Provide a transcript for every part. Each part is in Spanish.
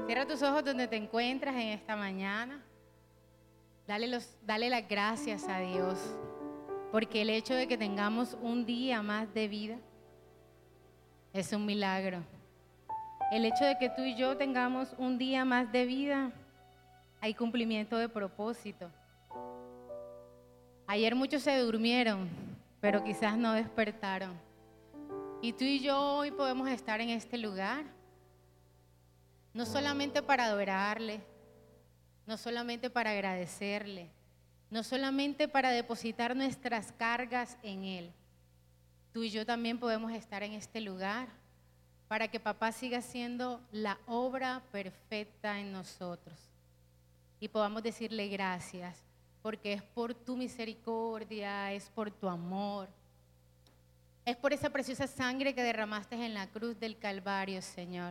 Cierra tus ojos donde te encuentras en esta mañana. Dale las gracias a Dios, porque el hecho de que tengamos un día más de vida es un milagro. El hecho de que tú y yo tengamos un día más de vida, hay cumplimiento de propósito. Ayer muchos se durmieron, pero quizás no despertaron. Y tú y yo hoy podemos estar en este lugar, no solamente para adorarle, no solamente para agradecerle, no solamente para depositar nuestras cargas en Él. Tú y yo también podemos estar en este lugar para que papá siga haciendo la obra perfecta en nosotros y podamos decirle gracias, porque es por tu misericordia, es por tu amor, es por esa preciosa sangre que derramaste en la cruz del Calvario, Señor.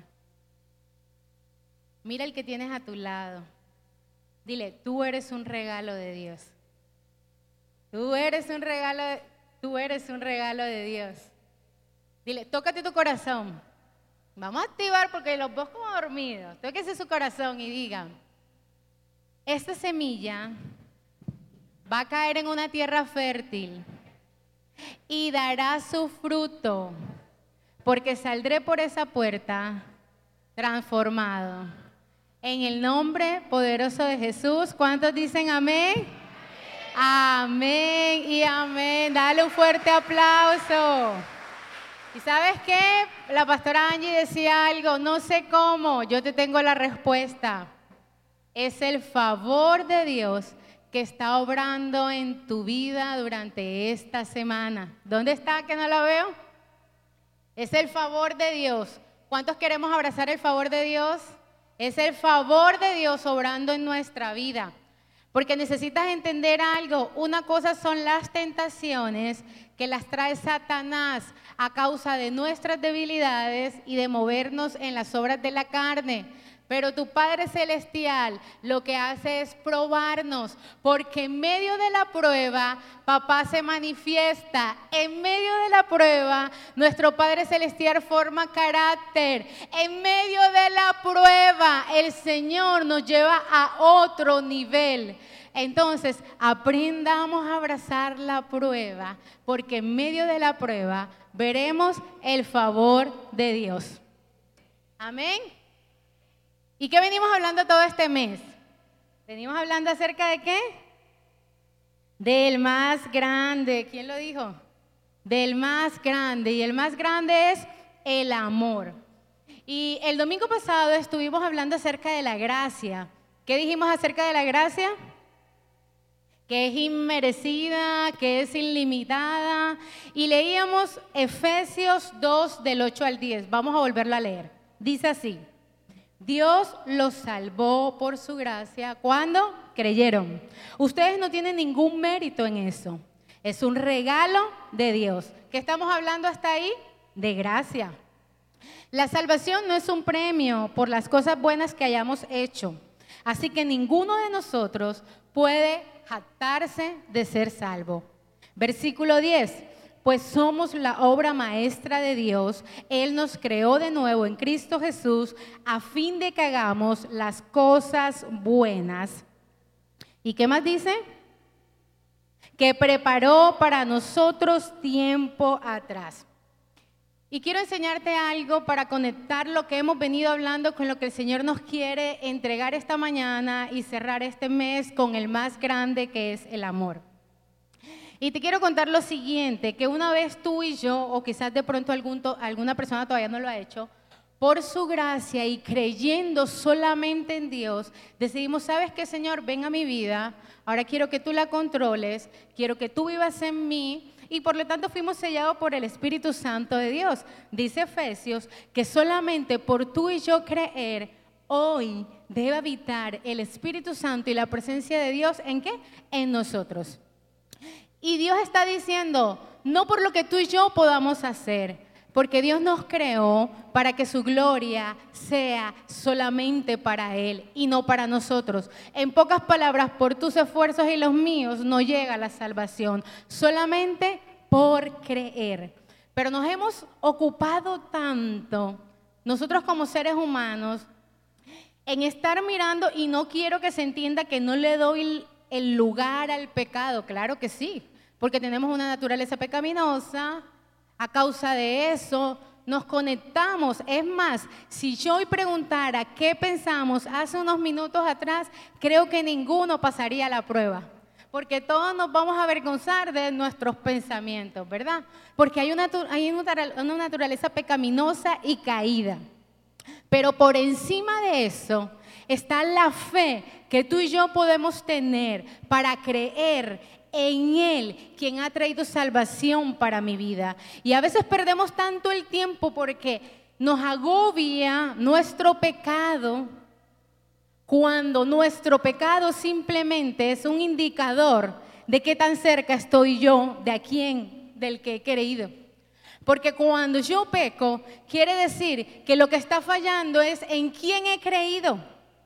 Mira el que tienes a tu lado. Dile, tú eres un regalo de Dios. Tú eres un regalo de Dios. Dile, tócate tu corazón. Vamos a activar porque los veo como dormidos. Tóquese su corazón y digan, esta semilla va a caer en una tierra fértil y dará su fruto, porque saldré por esa puerta transformado. En el nombre poderoso de Jesús, ¿cuántos dicen amén? Amén y amén. Dale un fuerte aplauso. ¿Y sabes qué? La pastora Angie decía algo, no sé cómo, yo te tengo la respuesta. Es el favor de Dios que está obrando en tu vida durante esta semana. ¿Dónde está que no la veo? Es el favor de Dios. ¿Cuántos queremos abrazar el favor de Dios? Es el favor de Dios obrando en nuestra vida. Porque necesitas entender algo. Una cosa son las tentaciones que las trae Satanás a causa de nuestras debilidades y de movernos en las obras de la carne. Pero tu Padre Celestial lo que hace es probarnos, porque en medio de la prueba, papá se manifiesta. En medio de la prueba, nuestro Padre Celestial forma carácter. En medio de la prueba, el Señor nos lleva a otro nivel. Entonces, aprendamos a abrazar la prueba, porque en medio de la prueba veremos el favor de Dios. Amén. ¿Y qué venimos hablando todo este mes? Venimos hablando acerca de ¿qué? Del más grande. ¿Quién lo dijo? Del más grande. Y el más grande es el amor. Y el domingo pasado estuvimos hablando acerca de la gracia. ¿Qué dijimos acerca de la gracia? Que es inmerecida, que es ilimitada. Y leíamos Efesios 2 del 8 al 10. Vamos a volverlo a leer. Dice así. Dios los salvó por su gracia cuando creyeron. Ustedes no tienen ningún mérito en eso. Es un regalo de Dios. ¿Qué estamos hablando hasta ahí? De gracia. La salvación no es un premio por las cosas buenas que hayamos hecho. Así que ninguno de nosotros puede jactarse de ser salvo. Versículo 10. Pues somos la obra maestra de Dios. Él nos creó de nuevo en Cristo Jesús a fin de que hagamos las cosas buenas. ¿Y qué más dice? Que preparó para nosotros tiempo atrás. Y quiero enseñarte algo para conectar lo que hemos venido hablando con lo que el Señor nos quiere entregar esta mañana y cerrar este mes con el más grande, que es el amor. Y te quiero contar lo siguiente, que una vez tú y yo, o quizás de pronto alguna persona todavía no lo ha hecho, por su gracia y creyendo solamente en Dios, decidimos, ¿sabes qué, Señor? Ven a mi vida, ahora quiero que tú la controles, quiero que tú vivas en mí, y por lo tanto fuimos sellados por el Espíritu Santo de Dios. Dice Efesios que solamente por tú y yo creer, hoy debe habitar el Espíritu Santo y la presencia de Dios, ¿en qué? En nosotros. Y Dios está diciendo, no por lo que tú y yo podamos hacer, porque Dios nos creó para que su gloria sea solamente para Él y no para nosotros. En pocas palabras, por tus esfuerzos y los míos no llega la salvación, solamente por creer. Pero nos hemos ocupado tanto, nosotros como seres humanos, en estar mirando, y no quiero que se entienda que no le doy el lugar al pecado, claro que sí, porque tenemos una naturaleza pecaminosa, a causa de eso nos conectamos. Es más, si yo hoy preguntara qué pensamos hace unos minutos atrás, creo que ninguno pasaría la prueba, porque todos nos vamos a avergonzar de nuestros pensamientos, ¿verdad? Porque hay una naturaleza pecaminosa y caída. Pero por encima de eso está la fe que tú y yo podemos tener para creer en Él, quien ha traído salvación para mi vida. Y a veces perdemos tanto el tiempo porque nos agobia nuestro pecado, cuando nuestro pecado simplemente es un indicador de qué tan cerca estoy yo del que he creído. Porque cuando yo peco, quiere decir que lo que está fallando es en quién he creído.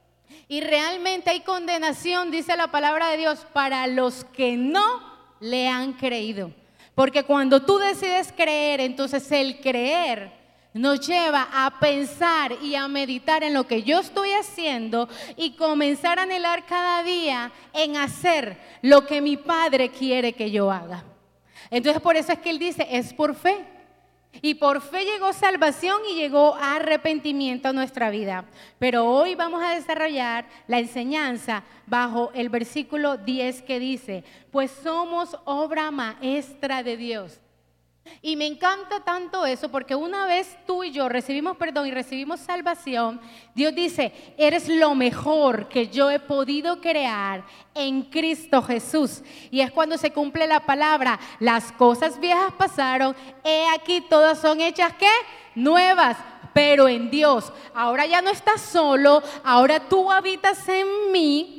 Y realmente hay condenación, dice la palabra de Dios, para los que no le han creído. Porque cuando tú decides creer, entonces el creer nos lleva a pensar y a meditar en lo que yo estoy haciendo y comenzar a anhelar cada día en hacer lo que mi Padre quiere que yo haga. Entonces por eso es que Él dice, es por fe. Y por fe llegó salvación y llegó arrepentimiento a nuestra vida. Pero hoy vamos a desarrollar la enseñanza bajo el versículo 10 que dice, pues somos obra maestra de Dios. Y me encanta tanto eso porque una vez tú y yo recibimos perdón y recibimos salvación, Dios dice, eres lo mejor que yo he podido crear en Cristo Jesús. Y es cuando se cumple la palabra, las cosas viejas pasaron, he aquí todas son hechas, ¿qué? Nuevas, pero en Dios. Ahora ya no estás solo, ahora tú habitas en mí.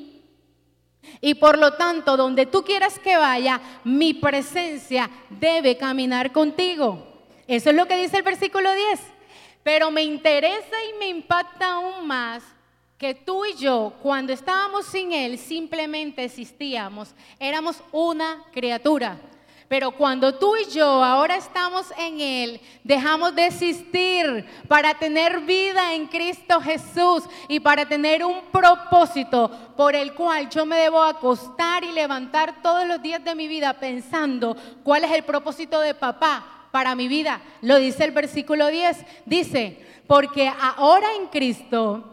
Y por lo tanto, donde tú quieras que vaya, mi presencia debe caminar contigo. Eso es lo que dice el versículo 10. Pero me interesa y me impacta aún más que tú y yo, cuando estábamos sin Él, simplemente existíamos. Éramos una criatura. Pero cuando tú y yo ahora estamos en Él, dejamos de existir para tener vida en Cristo Jesús y para tener un propósito por el cual yo me debo acostar y levantar todos los días de mi vida pensando cuál es el propósito de papá para mi vida. Lo dice el versículo 10, dice, porque ahora en Cristo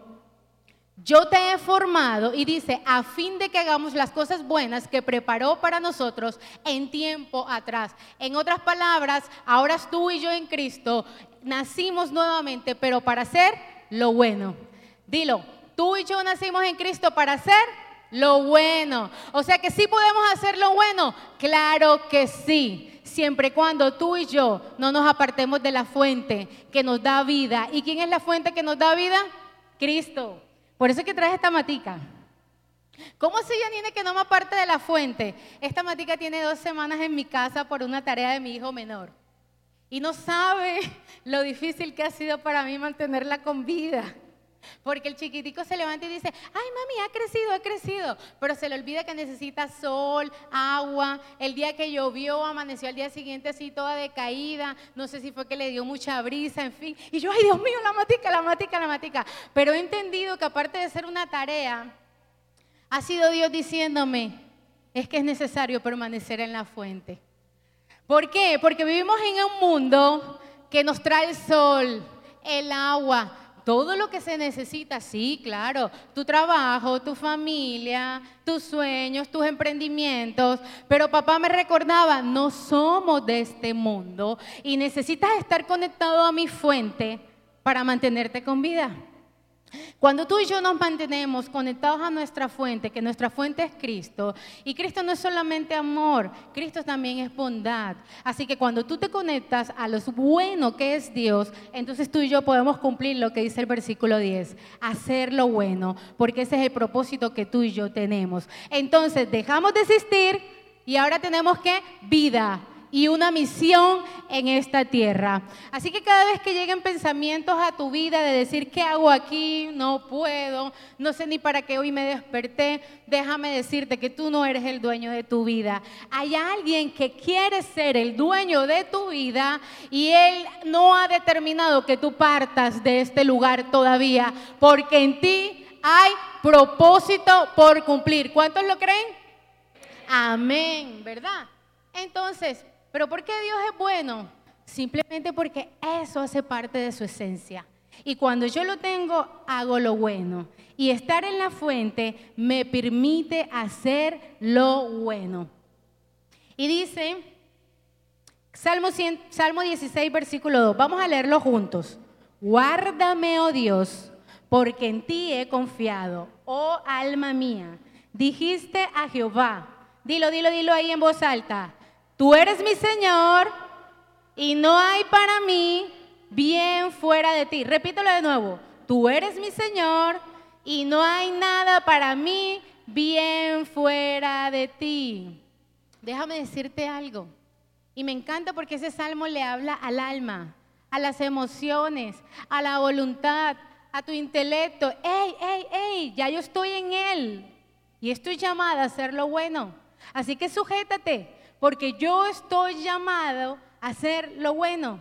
yo te he formado, y dice, a fin de que hagamos las cosas buenas que preparó para nosotros en tiempo atrás. En otras palabras, ahora tú y yo en Cristo nacimos nuevamente, pero para hacer lo bueno. Dilo, tú y yo nacimos en Cristo para hacer lo bueno. O sea que sí podemos hacer lo bueno. Claro que sí, siempre y cuando tú y yo no nos apartemos de la fuente que nos da vida. ¿Y quién es la fuente que nos da vida? Cristo. Por eso es que traje esta matica. ¿Cómo sé, Janine, que no me aparte de la fuente? Esta matica tiene 2 semanas en mi casa por una tarea de mi hijo menor. Y no sabe lo difícil que ha sido para mí mantenerla con vida. Porque el chiquitico se levanta y dice, ay mami, ha crecido, pero se le olvida que necesita sol, agua. El día que llovió, amaneció al día siguiente así toda decaída, no sé si fue que le dio mucha brisa, en fin. Y yo, ay Dios mío, la matica. Pero he entendido que aparte de ser una tarea, ha sido Dios diciéndome, es que es necesario permanecer en la fuente. ¿Por qué? Porque vivimos en un mundo que nos trae el sol, el agua, todo lo que se necesita, sí, claro, tu trabajo, tu familia, tus sueños, tus emprendimientos, pero papá me recordaba, no somos de este mundo y necesitas estar conectado a mi fuente para mantenerte con vida. Cuando tú y yo nos mantenemos conectados a nuestra fuente, que nuestra fuente es Cristo, y Cristo no es solamente amor, Cristo también es bondad. Así que cuando tú te conectas a lo bueno que es Dios, entonces tú y yo podemos cumplir lo que dice el versículo 10, hacer lo bueno, porque ese es el propósito que tú y yo tenemos. Entonces dejamos de existir y ahora tenemos que vida y una misión en esta tierra. Así que cada vez que lleguen pensamientos a tu vida de decir, ¿qué hago aquí? No puedo, no sé ni para qué hoy me desperté, déjame decirte que tú no eres el dueño de tu vida. Hay alguien que quiere ser el dueño de tu vida y Él no ha determinado que tú partas de este lugar todavía, porque en ti hay propósito por cumplir. ¿Cuántos lo creen? Amén, ¿verdad? Entonces, ¿pero por qué Dios es bueno? Simplemente porque eso hace parte de su esencia. Y cuando yo lo tengo, hago lo bueno. Y estar en la fuente me permite hacer lo bueno. Y dice, Salmo 16, versículo 2. Vamos a leerlo juntos. Guárdame, oh Dios, porque en ti he confiado, oh alma mía. Dijiste a Jehová, dilo ahí en voz alta. Tú eres mi Señor y no hay para mí bien fuera de ti. Repítelo de nuevo. Tú eres mi Señor y no hay nada para mí bien fuera de ti. Déjame decirte algo. Y me encanta porque ese salmo le habla al alma, a las emociones, a la voluntad, a tu intelecto. ¡Ey! Ya yo estoy en Él y estoy llamada a hacer lo bueno. Así que sujétate, porque yo estoy llamado a hacer lo bueno.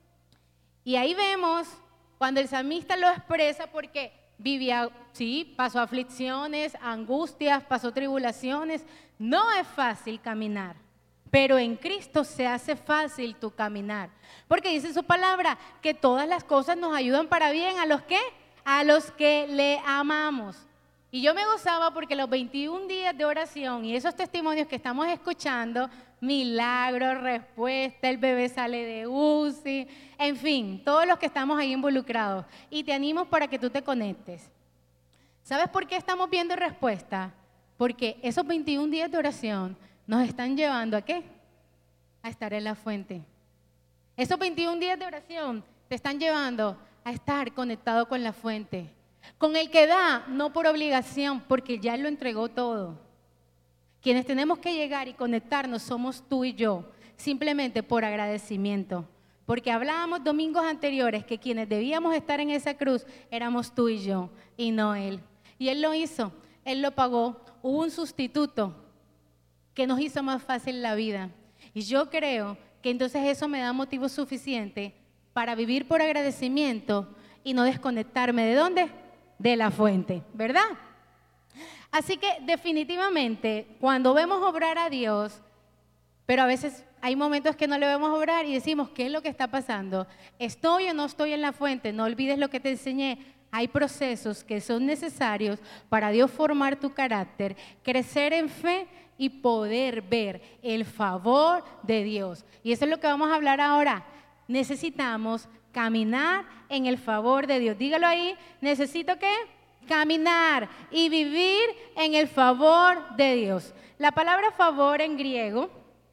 Y ahí vemos cuando el salmista lo expresa porque vivía, sí, pasó aflicciones, angustias, pasó tribulaciones. No es fácil caminar, pero en Cristo se hace fácil tu caminar. Porque dice su palabra que todas las cosas nos ayudan para bien. ¿A los qué? A los que le amamos. Y yo me gozaba porque los 21 días de oración y esos testimonios que estamos escuchando, milagros, respuesta, el bebé sale de UCI, en fin, todos los que estamos ahí involucrados. Y te animo para que tú te conectes. ¿Sabes por qué estamos viendo respuesta? Porque esos 21 días de oración nos están llevando ¿a qué? A estar en la fuente. Esos 21 días de oración te están llevando a estar conectado con la fuente. Con el que da, no por obligación, porque ya lo entregó todo. Quienes tenemos que llegar y conectarnos somos tú y yo, simplemente por agradecimiento. Porque hablábamos domingos anteriores que quienes debíamos estar en esa cruz éramos tú y yo, y no Él. Y Él lo hizo, Él lo pagó. Hubo un sustituto que nos hizo más fácil la vida. Y yo creo que entonces eso me da motivo suficiente para vivir por agradecimiento y no desconectarme. ¿De dónde? De la fuente, ¿verdad? Así que definitivamente cuando vemos obrar a Dios, pero a veces hay momentos que no le vemos obrar y decimos, ¿qué es lo que está pasando? ¿Estoy o no estoy en la fuente? No olvides lo que te enseñé. Hay procesos que son necesarios para Dios formar tu carácter, crecer en fe y poder ver el favor de Dios. Y eso es lo que vamos a hablar ahora. Necesitamos caminar en el favor de Dios. Dígalo ahí, ¿necesito qué? Caminar y vivir en el favor de Dios. La palabra favor en griego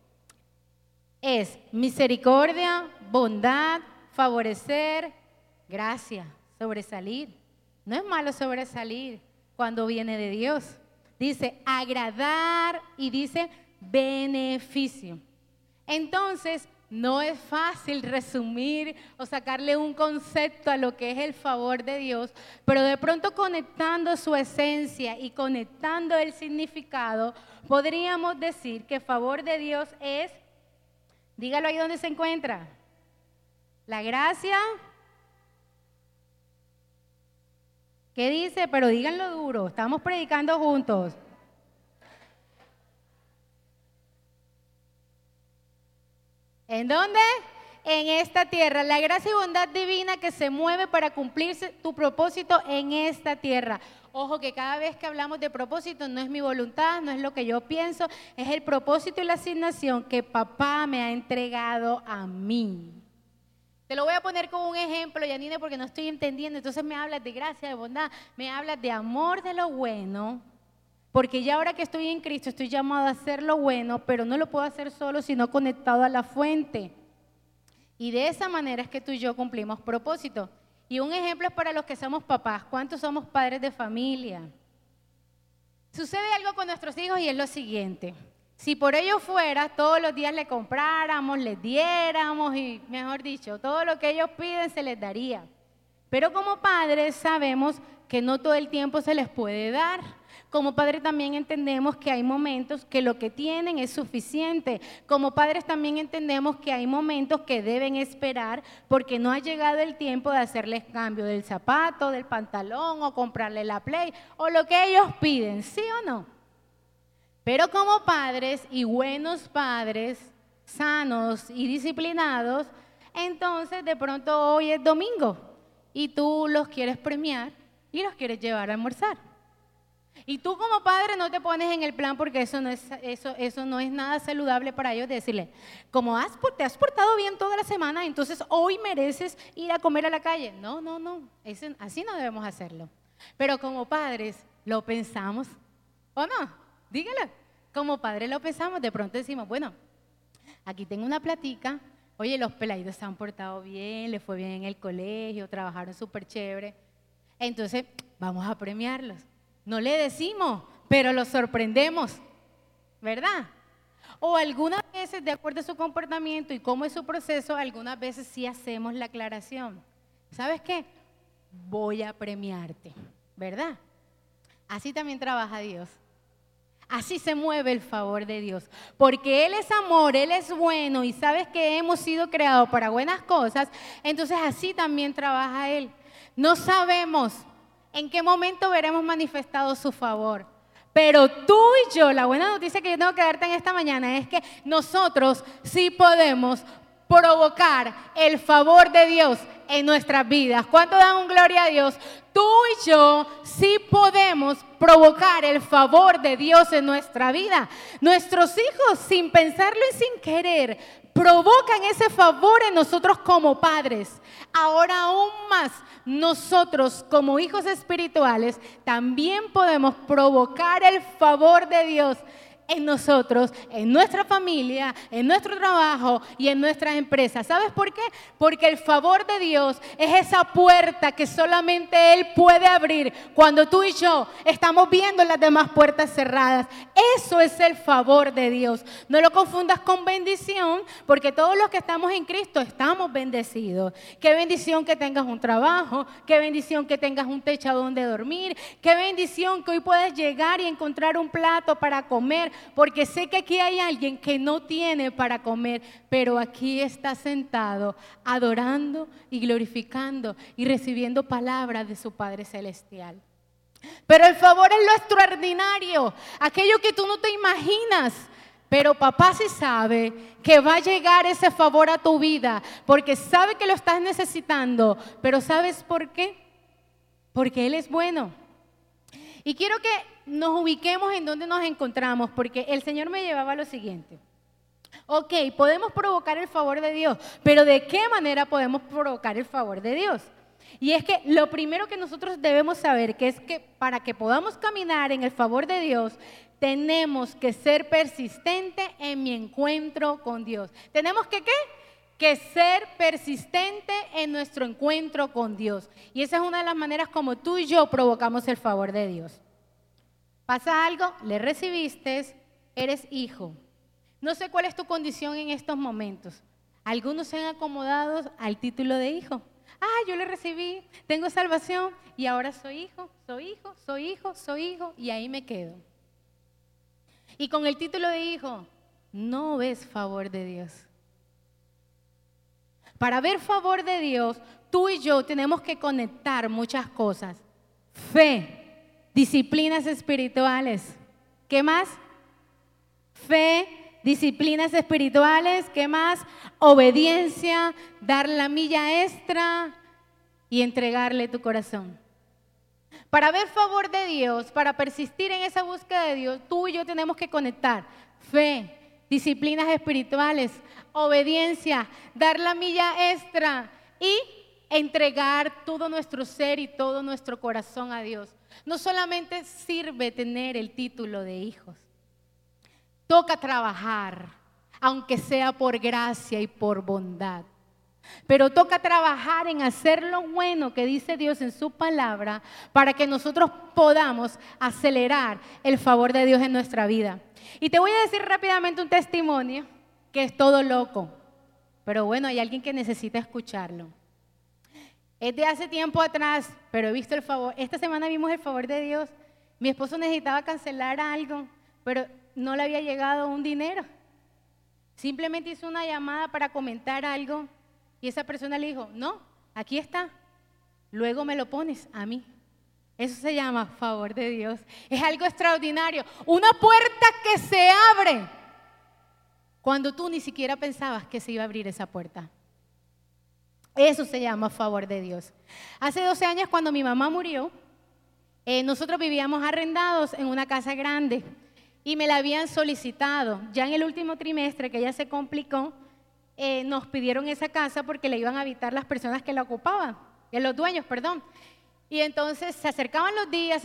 es misericordia, bondad, favorecer, gracia, sobresalir. No es malo sobresalir cuando viene de Dios. Dice agradar y dice beneficio. Entonces, no es fácil resumir o sacarle un concepto a lo que es el favor de Dios, pero de pronto conectando su esencia y conectando el significado, podríamos decir que favor de Dios es, dígalo ahí donde se encuentra, la gracia. ¿Qué dice? Pero díganlo duro, estamos predicando juntos. ¿En dónde? En esta tierra. La gracia y bondad divina que se mueve para cumplirse tu propósito en esta tierra. Ojo que cada vez que hablamos de propósito no es mi voluntad, no es lo que yo pienso, es el propósito y la asignación que papá me ha entregado a mí. Te lo voy a poner como un ejemplo, Yanine, porque no estoy entendiendo. Entonces me hablas de gracia, de bondad, me hablas de amor de lo bueno. Porque ya ahora que estoy en Cristo estoy llamado a hacer lo bueno, pero no lo puedo hacer solo, sino conectado a la fuente. Y de esa manera es que tú y yo cumplimos propósito. Y un ejemplo es para los que somos papás. ¿Cuántos somos padres de familia? Sucede algo con nuestros hijos y es lo siguiente. Si por ellos fuera, todos los días le compráramos, les diéramos y, mejor dicho, todo lo que ellos piden se les daría. Pero como padres sabemos que no todo el tiempo se les puede dar. Como padres también entendemos que hay momentos que lo que tienen es suficiente. Como padres también entendemos que hay momentos que deben esperar porque no ha llegado el tiempo de hacerles cambio del zapato, del pantalón o comprarle la Play o lo que ellos piden, ¿sí o no? Pero como padres y buenos padres, sanos y disciplinados, entonces de pronto hoy es domingo y tú los quieres premiar y los quieres llevar a almorzar. Y tú como padre no te pones en el plan porque eso no es nada saludable para ellos decirle, como te has portado bien toda la semana, entonces hoy mereces ir a comer a la calle. No, así no debemos hacerlo. Pero como padres lo pensamos, ¿o no? Dígalo. Como padres lo pensamos, de pronto decimos, bueno, aquí tengo una platica, oye, los peladitos se han portado bien, les fue bien en el colegio, trabajaron súper chévere, entonces vamos a premiarlos. No le decimos, pero los sorprendemos, ¿verdad? O algunas veces, de acuerdo a su comportamiento y cómo es su proceso, algunas veces sí hacemos la aclaración. ¿Sabes qué? Voy a premiarte, ¿verdad? Así también trabaja Dios. Así se mueve el favor de Dios, porque Él es amor, Él es bueno y sabes que hemos sido creados para buenas cosas, entonces así también trabaja Él. No sabemos en qué momento veremos manifestado su favor, pero tú y yo, la buena noticia que yo tengo que darte en esta mañana es que nosotros sí podemos provocar el favor de Dios en nuestras vidas. ¿Cuánto dan un gloria a Dios? Tú y yo sí podemos provocar el favor de Dios en nuestra vida. Nuestros hijos, sin pensarlo y sin querer, provocan ese favor en nosotros como padres. Ahora aún más, nosotros como hijos espirituales también podemos provocar el favor de Dios en nosotros, en nuestra familia, en nuestro trabajo y en nuestras empresas. ¿Sabes por qué? Porque el favor de Dios es esa puerta que solamente Él puede abrir cuando tú y yo estamos viendo las demás puertas cerradas. Eso es el favor de Dios. No lo confundas con bendición, porque todos los que estamos en Cristo estamos bendecidos. Qué bendición que tengas un trabajo, qué bendición que tengas un techo donde dormir, qué bendición que hoy puedes llegar y encontrar un plato para comer, porque sé que aquí hay alguien que no tiene para comer, pero aquí está sentado adorando y glorificando y recibiendo palabras de su Padre Celestial. Pero el favor es lo extraordinario, aquello que tú no te imaginas. Pero papá sí sabe que va a llegar ese favor a tu vida, porque sabe que lo estás necesitando. Pero ¿sabes por qué? Porque Él es bueno. Y quiero que nos ubiquemos en donde nos encontramos, porque el Señor me llevaba a lo siguiente. Ok, podemos provocar el favor de Dios, pero ¿de qué manera podemos provocar el favor de Dios? Y es que lo primero que nosotros debemos saber que es que para que podamos caminar en el favor de Dios, tenemos que ser persistentes en mi encuentro con Dios. ¿Tenemos que qué? Que ser persistente en nuestro encuentro con Dios. Y esa es una de las maneras como tú y yo provocamos el favor de Dios. Pasa algo, le recibiste, eres hijo. No sé cuál es tu condición en estos momentos. Algunos se han acomodado al título de hijo. Yo le recibí, tengo salvación y ahora soy hijo, soy hijo, soy hijo, soy hijo y ahí me quedo. Y con el título de hijo, no ves favor de Dios. Para ver favor de Dios, tú y yo tenemos que conectar muchas cosas. Fe, disciplinas espirituales. ¿Qué más? Fe, disciplinas espirituales. ¿Qué más? Obediencia, dar la milla extra y entregarle tu corazón. Para ver favor de Dios, para persistir en esa búsqueda de Dios, tú y yo tenemos que conectar fe, disciplinas espirituales, obediencia, dar la milla extra y entregar todo nuestro ser y todo nuestro corazón a Dios. No solamente sirve tener el título de hijos, toca trabajar, aunque sea por gracia y por bondad. Pero toca trabajar en hacer lo bueno que dice Dios en su palabra para que nosotros podamos acelerar el favor de Dios en nuestra vida. Y te voy a decir rápidamente un testimonio que es todo loco, pero bueno, hay alguien que necesita escucharlo. Es de hace tiempo atrás, pero he visto el favor. Esta semana vimos el favor de Dios. Mi esposo necesitaba cancelar algo, pero no le había llegado un dinero. Simplemente hizo una llamada para comentar algo y esa persona le dijo, no, aquí está, luego me lo pones a mí. Eso se llama favor de Dios. Es algo extraordinario. Una puerta que se abre cuando tú ni siquiera pensabas que se iba a abrir esa puerta. Eso se llama favor de Dios. Hace 12 años cuando mi mamá murió, nosotros vivíamos arrendados en una casa grande y me la habían solicitado. Ya en el último trimestre que ella se complicó, nos pidieron esa casa porque la iban a habitar las personas que la ocupaban, los dueños, perdón. Y entonces se acercaban los días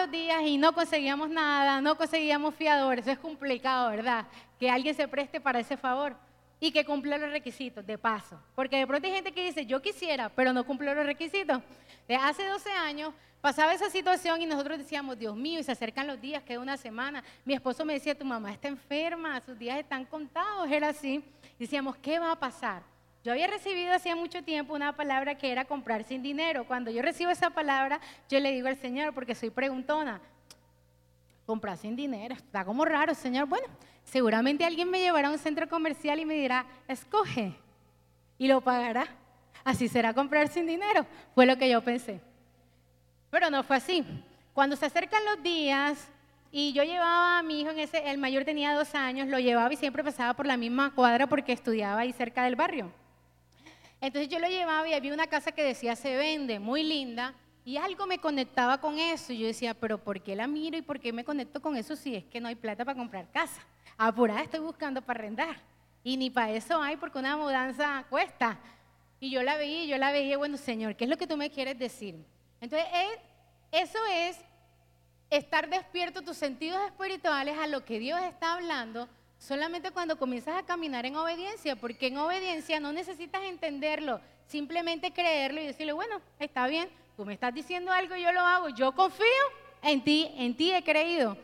y no conseguíamos nada, no conseguíamos fiadores. Eso es complicado, ¿verdad? Que alguien se preste para ese favor y que cumpla los requisitos, de paso. Porque de pronto hay gente que dice, yo quisiera, pero no cumple los requisitos. De hace 12 años pasaba esa situación y nosotros decíamos, Dios mío, y se acercan los días, queda una semana. Mi esposo me decía, tu mamá está enferma, sus días están contados, era así. Decíamos, ¿qué va a pasar? Yo había recibido hacía mucho tiempo una palabra que era comprar sin dinero. Cuando yo recibo esa palabra, yo le digo al Señor, porque soy preguntona, comprar sin dinero, está como raro, Señor. Bueno, seguramente alguien me llevará a un centro comercial y me dirá, escoge, y lo pagará. Así será comprar sin dinero, fue lo que yo pensé. Pero no fue así. Cuando se acercan los días, y yo llevaba a mi hijo, el mayor tenía 2 años, lo llevaba y siempre pasaba por la misma cuadra porque estudiaba ahí cerca del barrio. Entonces yo lo llevaba y había una casa que decía se vende, muy linda, y algo me conectaba con eso. Y yo decía, pero ¿por qué la miro y por qué me conecto con eso si es que no hay plata para comprar casa? Apurada estoy buscando para arrendar. Y ni para eso hay porque una mudanza cuesta. Y yo la veía, bueno, Señor, ¿qué es lo que tú me quieres decir? Entonces eso es estar despierto tus sentidos espirituales a lo que Dios está hablando. Solamente cuando comienzas a caminar en obediencia, porque en obediencia no necesitas entenderlo, simplemente creerlo y decirle, bueno, está bien, tú me estás diciendo algo, yo lo hago, yo confío en ti he creído.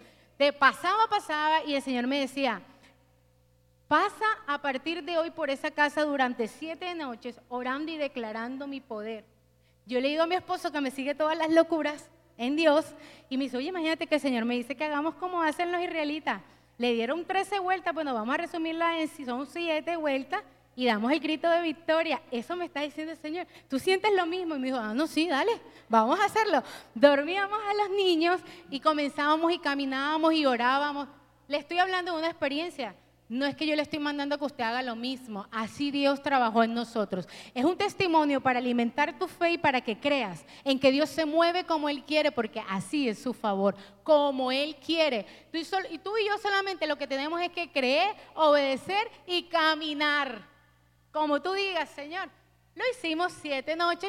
Pasaba y el Señor me decía, pasa a partir de hoy por esa casa durante 7 noches orando y declarando mi poder. Yo le digo a mi esposo que me sigue todas las locuras en Dios y me dice, oye, imagínate que el Señor me dice que hagamos como hacen los israelitas. Le dieron 13 vueltas, bueno, vamos a resumirla en si son 7 vueltas y damos el grito de victoria. Eso me está diciendo el Señor. ¿Tú sientes lo mismo? Y me dijo, no, sí, dale, vamos a hacerlo. Dormíamos a los niños y comenzábamos y caminábamos y orábamos. Le estoy hablando de una experiencia. No es que yo le estoy mandando que usted haga lo mismo. Así Dios trabajó en nosotros. Es un testimonio para alimentar tu fe y para que creas en que Dios se mueve como Él quiere, porque así es su favor, como Él quiere. Tú y yo solamente lo que tenemos es que creer, obedecer y caminar. Como tú digas, Señor. Lo hicimos 7 noches.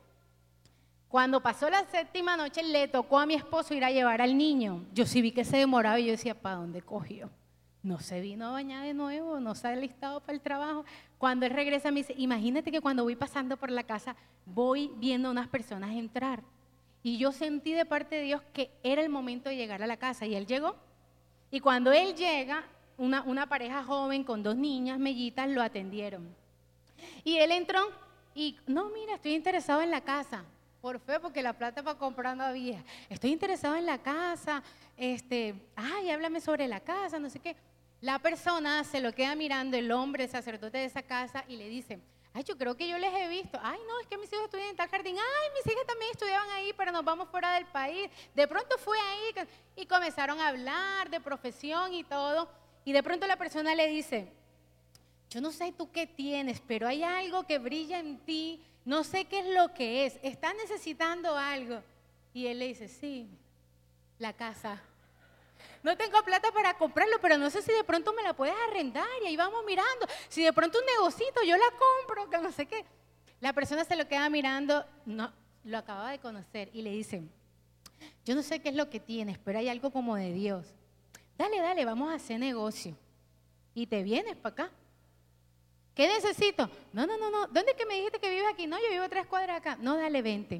Cuando pasó la 7ª noche, le tocó a mi esposo ir a llevar al niño. Yo sí vi que se demoraba y yo decía, ¿para dónde cogió? No se vino a bañar de nuevo, no se ha alistado para el trabajo. Cuando él regresa me dice, imagínate que cuando voy pasando por la casa, voy viendo a unas personas entrar. Y yo sentí de parte de Dios que era el momento de llegar a la casa. Y él llegó. Y cuando él llega, una pareja joven con 2 niñas mellitas lo atendieron. Y él entró y, no, mira, estoy interesado en la casa. Por fe, porque la plata para comprar no había. Estoy interesado en la casa. Háblame sobre la casa, no sé qué. La persona se lo queda mirando, el hombre, el sacerdote de esa casa, y le dice, yo creo que yo les he visto. No, es que mis hijos estudian en tal jardín. Mis hijas también estudiaban ahí, pero nos vamos fuera del país. De pronto fue ahí y comenzaron a hablar de profesión y todo. Y de pronto la persona le dice, yo no sé tú qué tienes, pero hay algo que brilla en ti. No sé qué es lo que es. ¿Estás necesitando algo? Y él le dice, sí, la casa. No tengo plata para comprarlo, pero no sé si de pronto me la puedes arrendar y ahí vamos mirando. Si de pronto un negocito, yo la compro, que no sé qué. La persona se lo queda mirando, no, lo acaba de conocer y le dice, yo no sé qué es lo que tienes, pero hay algo como de Dios. Dale, vamos a hacer negocio. Y te vienes para acá. ¿Qué necesito? No. ¿Dónde es que me dijiste que vives aquí? No, yo vivo 3 cuadras acá. No, dale, 20.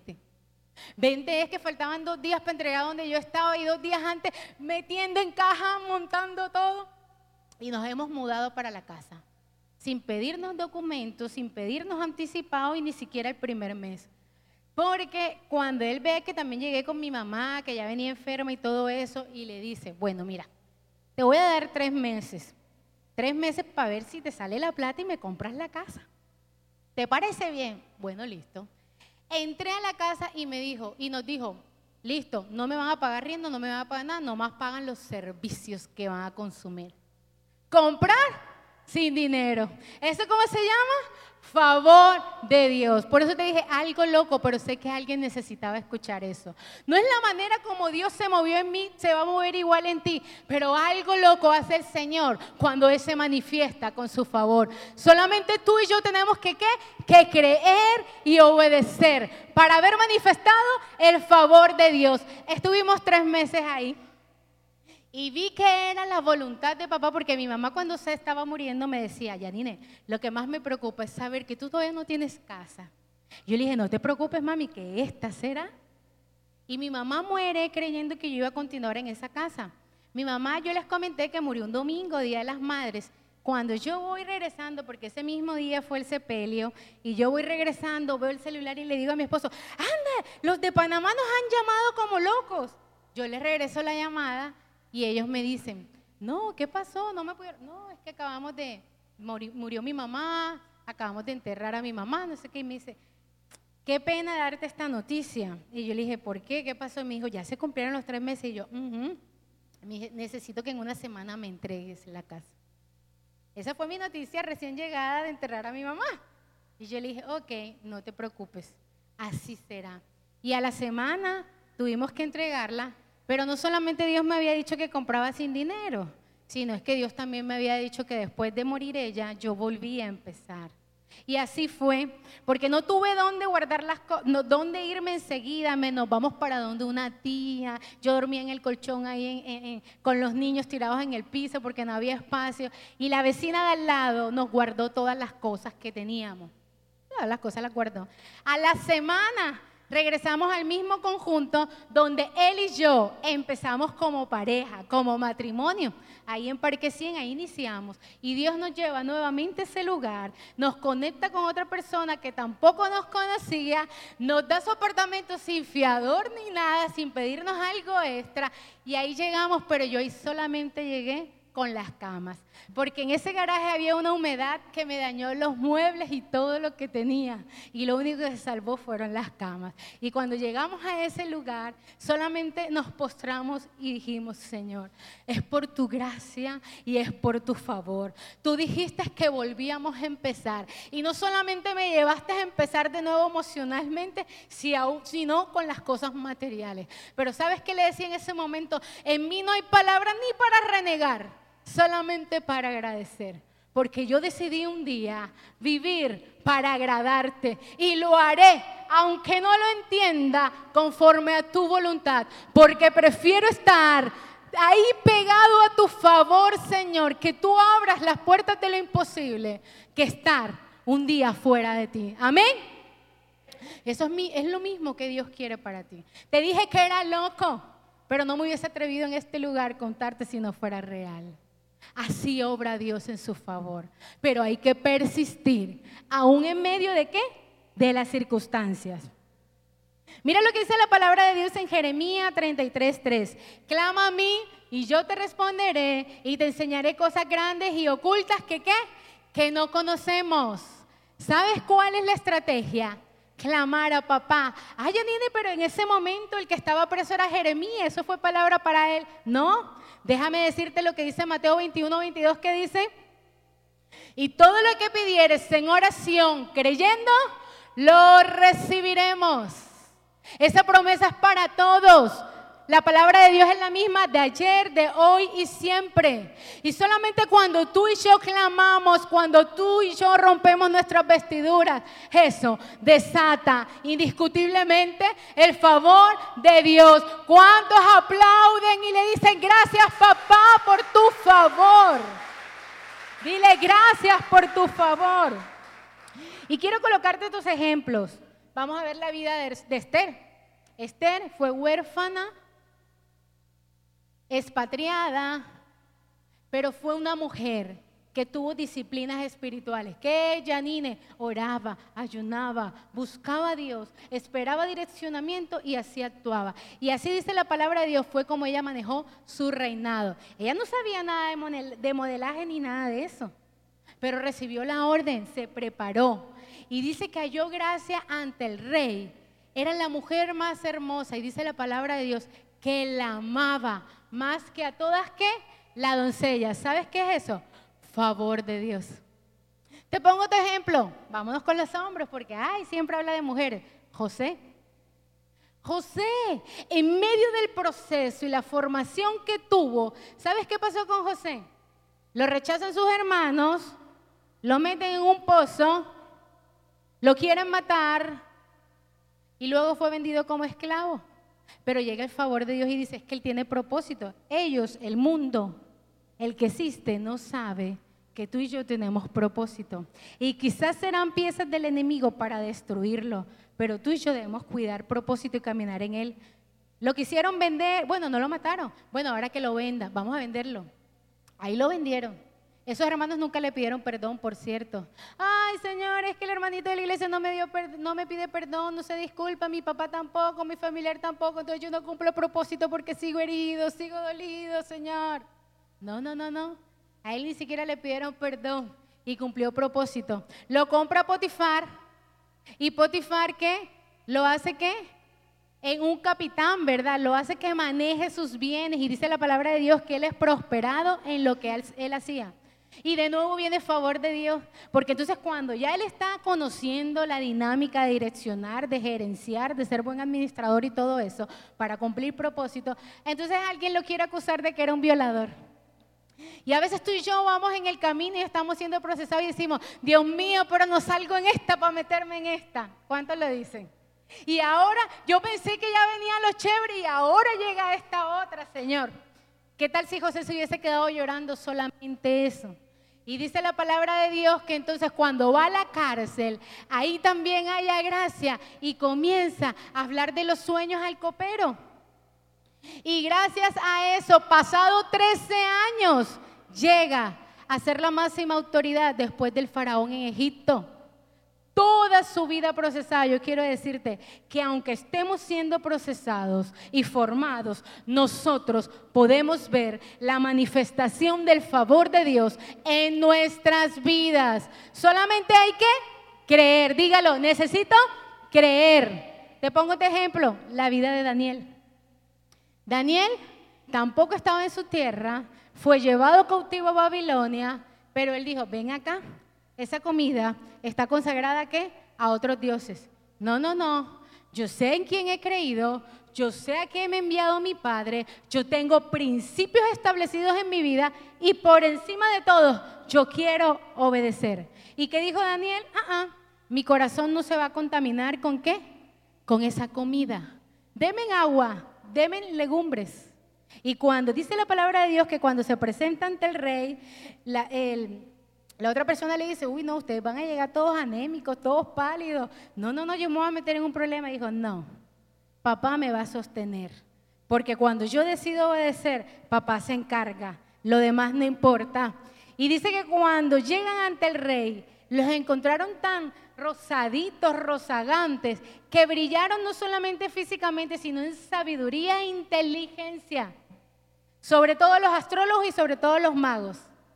20 es que faltaban 2 días para entregar donde yo estaba y 2 días antes metiendo en caja, montando todo. Y nos hemos mudado para la casa. sin pedirnos documentos, sin pedirnos anticipado y ni siquiera el primer mes. Porque cuando él ve que también llegué con mi mamá, que ya venía enferma y todo eso, y le dice, bueno, mira, te voy a dar 3 meses. 3 meses para ver si te sale la plata y me compras la casa. ¿Te parece bien? Bueno, listo. Entré a la casa y nos dijo, listo, no me van a pagar riendo, no me van a pagar nada, nomás pagan los servicios que van a consumir. Comprar sin dinero. ¿Eso cómo se llama? Favor de Dios. Por eso te dije algo loco, pero sé que alguien necesitaba escuchar eso. No es la manera como Dios se movió en mí, se va a mover igual en ti, pero algo loco hace el Señor cuando Él se manifiesta con su favor. Solamente tú y yo tenemos que creer y obedecer para haber manifestado el favor de Dios. Estuvimos 3 meses ahí. Y vi que era la voluntad de papá, porque mi mamá cuando se estaba muriendo me decía, Yanine, lo que más me preocupa es saber que tú todavía no tienes casa. Yo le dije, no te preocupes, mami, que esta será. Y mi mamá muere creyendo que yo iba a continuar en esa casa. Mi mamá, yo les comenté que murió un domingo, Día de las Madres. Cuando yo voy regresando, porque ese mismo día fue el sepelio, y yo voy regresando, veo el celular y le digo a mi esposo, anda, los de Panamá nos han llamado como locos. Yo les regreso la llamada. Y ellos me dicen, no, ¿qué pasó? No, es que acabamos de, murió mi mamá, acabamos de enterrar a mi mamá, no sé qué. Y me dice, qué pena darte esta noticia. Y yo le dije, ¿por qué? ¿Qué pasó? Y me dijo, ya se cumplieron los 3 meses. Y yo, Me dije, necesito que en una semana me entregues la casa. Esa fue mi noticia recién llegada de enterrar a mi mamá. Y yo le dije, ok, no te preocupes, así será. Y a la semana tuvimos que entregarla. Pero no solamente Dios me había dicho que compraba sin dinero, sino es que Dios también me había dicho que después de morir ella, yo volvía a empezar. Y así fue, porque no tuve dónde guardar las cosas, dónde irme enseguida, nos vamos para donde una tía, yo dormía en el colchón ahí con los niños tirados en el piso porque no había espacio, y la vecina de al lado nos guardó todas las cosas que teníamos. Todas las cosas las guardó. A la semana regresamos al mismo conjunto donde él y yo empezamos como pareja, como matrimonio. Ahí en Parque 100, ahí iniciamos. Y Dios nos lleva nuevamente a ese lugar, nos conecta con otra persona que tampoco nos conocía, nos da su apartamento sin fiador ni nada, sin pedirnos algo extra. Y ahí llegamos, pero yo ahí solamente llegué con las camas, porque en ese garaje había una humedad que me dañó los muebles y todo lo que tenía, y lo único que se salvó fueron las camas. Y cuando llegamos a ese lugar, solamente nos postramos y dijimos, Señor, es por tu gracia y es por tu favor. Tú dijiste que volvíamos a empezar, y no solamente me llevaste a empezar de nuevo emocionalmente, sino con las cosas materiales. Pero ¿sabes qué le decía en ese momento? En mí no hay palabras ni para renegar, solamente para agradecer, porque yo decidí un día vivir para agradarte y lo haré, aunque no lo entienda conforme a tu voluntad, porque prefiero estar ahí pegado a tu favor, Señor, que tú abras las puertas de lo imposible, que estar un día fuera de ti. Amén. Eso es lo mismo que Dios quiere para ti. Te dije que era loco, pero no me hubiese atrevido en este lugar contarte si no fuera real. Así obra Dios en su favor, pero hay que persistir, aún en medio ¿de qué? De las circunstancias. Mira lo que dice la palabra de Dios en Jeremías 33:3. Clama a mí y yo te responderé y te enseñaré cosas grandes y ocultas que no conocemos. ¿Sabes cuál es la estrategia? Clamar a papá. Ay, Yanine, pero en ese momento el que estaba preso era Jeremías, eso fue palabra para él. No, déjame decirte lo que dice Mateo 21:22, que dice, y todo lo que pidieres en oración, creyendo, lo recibiremos. Esa promesa es para todos. La palabra de Dios es la misma de ayer, de hoy y siempre. Y solamente cuando tú y yo clamamos, cuando tú y yo rompemos nuestras vestiduras, eso desata indiscutiblemente el favor de Dios. ¿Cuántos aplauden y le dicen gracias, papá, por tu favor? Dile gracias por tu favor. Y quiero colocarte tus ejemplos. Vamos a ver la vida de Esther. Esther fue huérfana, expatriada, pero fue una mujer que tuvo disciplinas espirituales, que Janine oraba, ayunaba, buscaba a Dios, esperaba direccionamiento y así actuaba. Y así dice la palabra de Dios, fue como ella manejó su reinado. Ella no sabía nada de modelaje ni nada de eso, pero recibió la orden, se preparó y dice que halló gracia ante el rey. Era la mujer más hermosa y dice la palabra de Dios que la amaba más que a todas, ¿qué? La doncella. ¿Sabes qué es eso? Favor de Dios. Te pongo otro ejemplo. Vámonos con los hombres porque siempre habla de mujeres. José, en medio del proceso y la formación que tuvo, ¿sabes qué pasó con José? Lo rechazan sus hermanos, lo meten en un pozo, lo quieren matar y luego fue vendido como esclavo. Pero llega el favor de Dios y dice, es que Él tiene propósito. Ellos, el mundo, el que existe, no sabe que tú y yo tenemos propósito. Y quizás serán piezas del enemigo para destruirlo, pero tú y yo debemos cuidar propósito y caminar en él. Lo quisieron vender, bueno, no lo mataron. Bueno, ahora que lo venda, vamos a venderlo. Ahí lo vendieron. Esos hermanos nunca le pidieron perdón, por cierto. Ay, Señor, es que el hermanito de la iglesia no me pide perdón, no se disculpa, mi papá tampoco, mi familiar tampoco, entonces yo no cumplo propósito porque sigo herido, sigo dolido, Señor. No. A él ni siquiera le pidieron perdón y cumplió propósito. Lo compra Potifar y Potifar, ¿qué? Lo hace, ¿qué? En un capitán, ¿verdad? Lo hace que maneje sus bienes y dice la palabra de Dios que él es prosperado en lo que él hacía. Y de nuevo viene el favor de Dios, porque entonces cuando ya él está conociendo la dinámica de direccionar, de gerenciar, de ser buen administrador y todo eso, para cumplir propósito, entonces alguien lo quiere acusar de que era un violador. Y a veces tú y yo vamos en el camino y estamos siendo procesados y decimos, Dios mío, pero no salgo en esta para meterme en esta. ¿Cuántos lo dicen? Y ahora yo pensé que ya venía lo chévere y ahora llega esta otra, Señor. ¿Qué tal si José se hubiese quedado llorando solamente eso? Y dice la palabra de Dios que entonces cuando va a la cárcel, ahí también haya gracia y comienza a hablar de los sueños al copero. Y gracias a eso, pasado 13 años, llega a ser la máxima autoridad después del faraón en Egipto. Toda su vida procesada, yo quiero decirte que aunque estemos siendo procesados y formados, nosotros podemos ver la manifestación del favor de Dios en nuestras vidas. Solamente hay que creer, dígalo, necesito creer. Te pongo este ejemplo, la vida de Daniel. Daniel tampoco estaba en su tierra, fue llevado cautivo a Babilonia, pero él dijo, ven acá. Esa comida está consagrada, ¿qué? A otros dioses. No. Yo sé en quién he creído, yo sé a qué me ha enviado mi Padre, yo tengo principios establecidos en mi vida y por encima de todo, yo quiero obedecer. ¿Y qué dijo Daniel? Mi corazón no se va a contaminar ¿con qué? Con esa comida. Denme agua, denme legumbres. Y cuando dice la palabra de Dios que cuando se presenta ante el rey, la otra persona le dice, uy, no, ustedes van a llegar todos anémicos, todos pálidos. No, yo me voy a meter en un problema. Dijo, no, papá me va a sostener. Porque cuando yo decido obedecer, papá se encarga. Lo demás no importa. Y dice que cuando llegan ante el rey, los encontraron tan rosaditos, rozagantes, que brillaron no solamente físicamente, sino en sabiduría e inteligencia. Sobre todo los astrólogos y sobre todo los magos.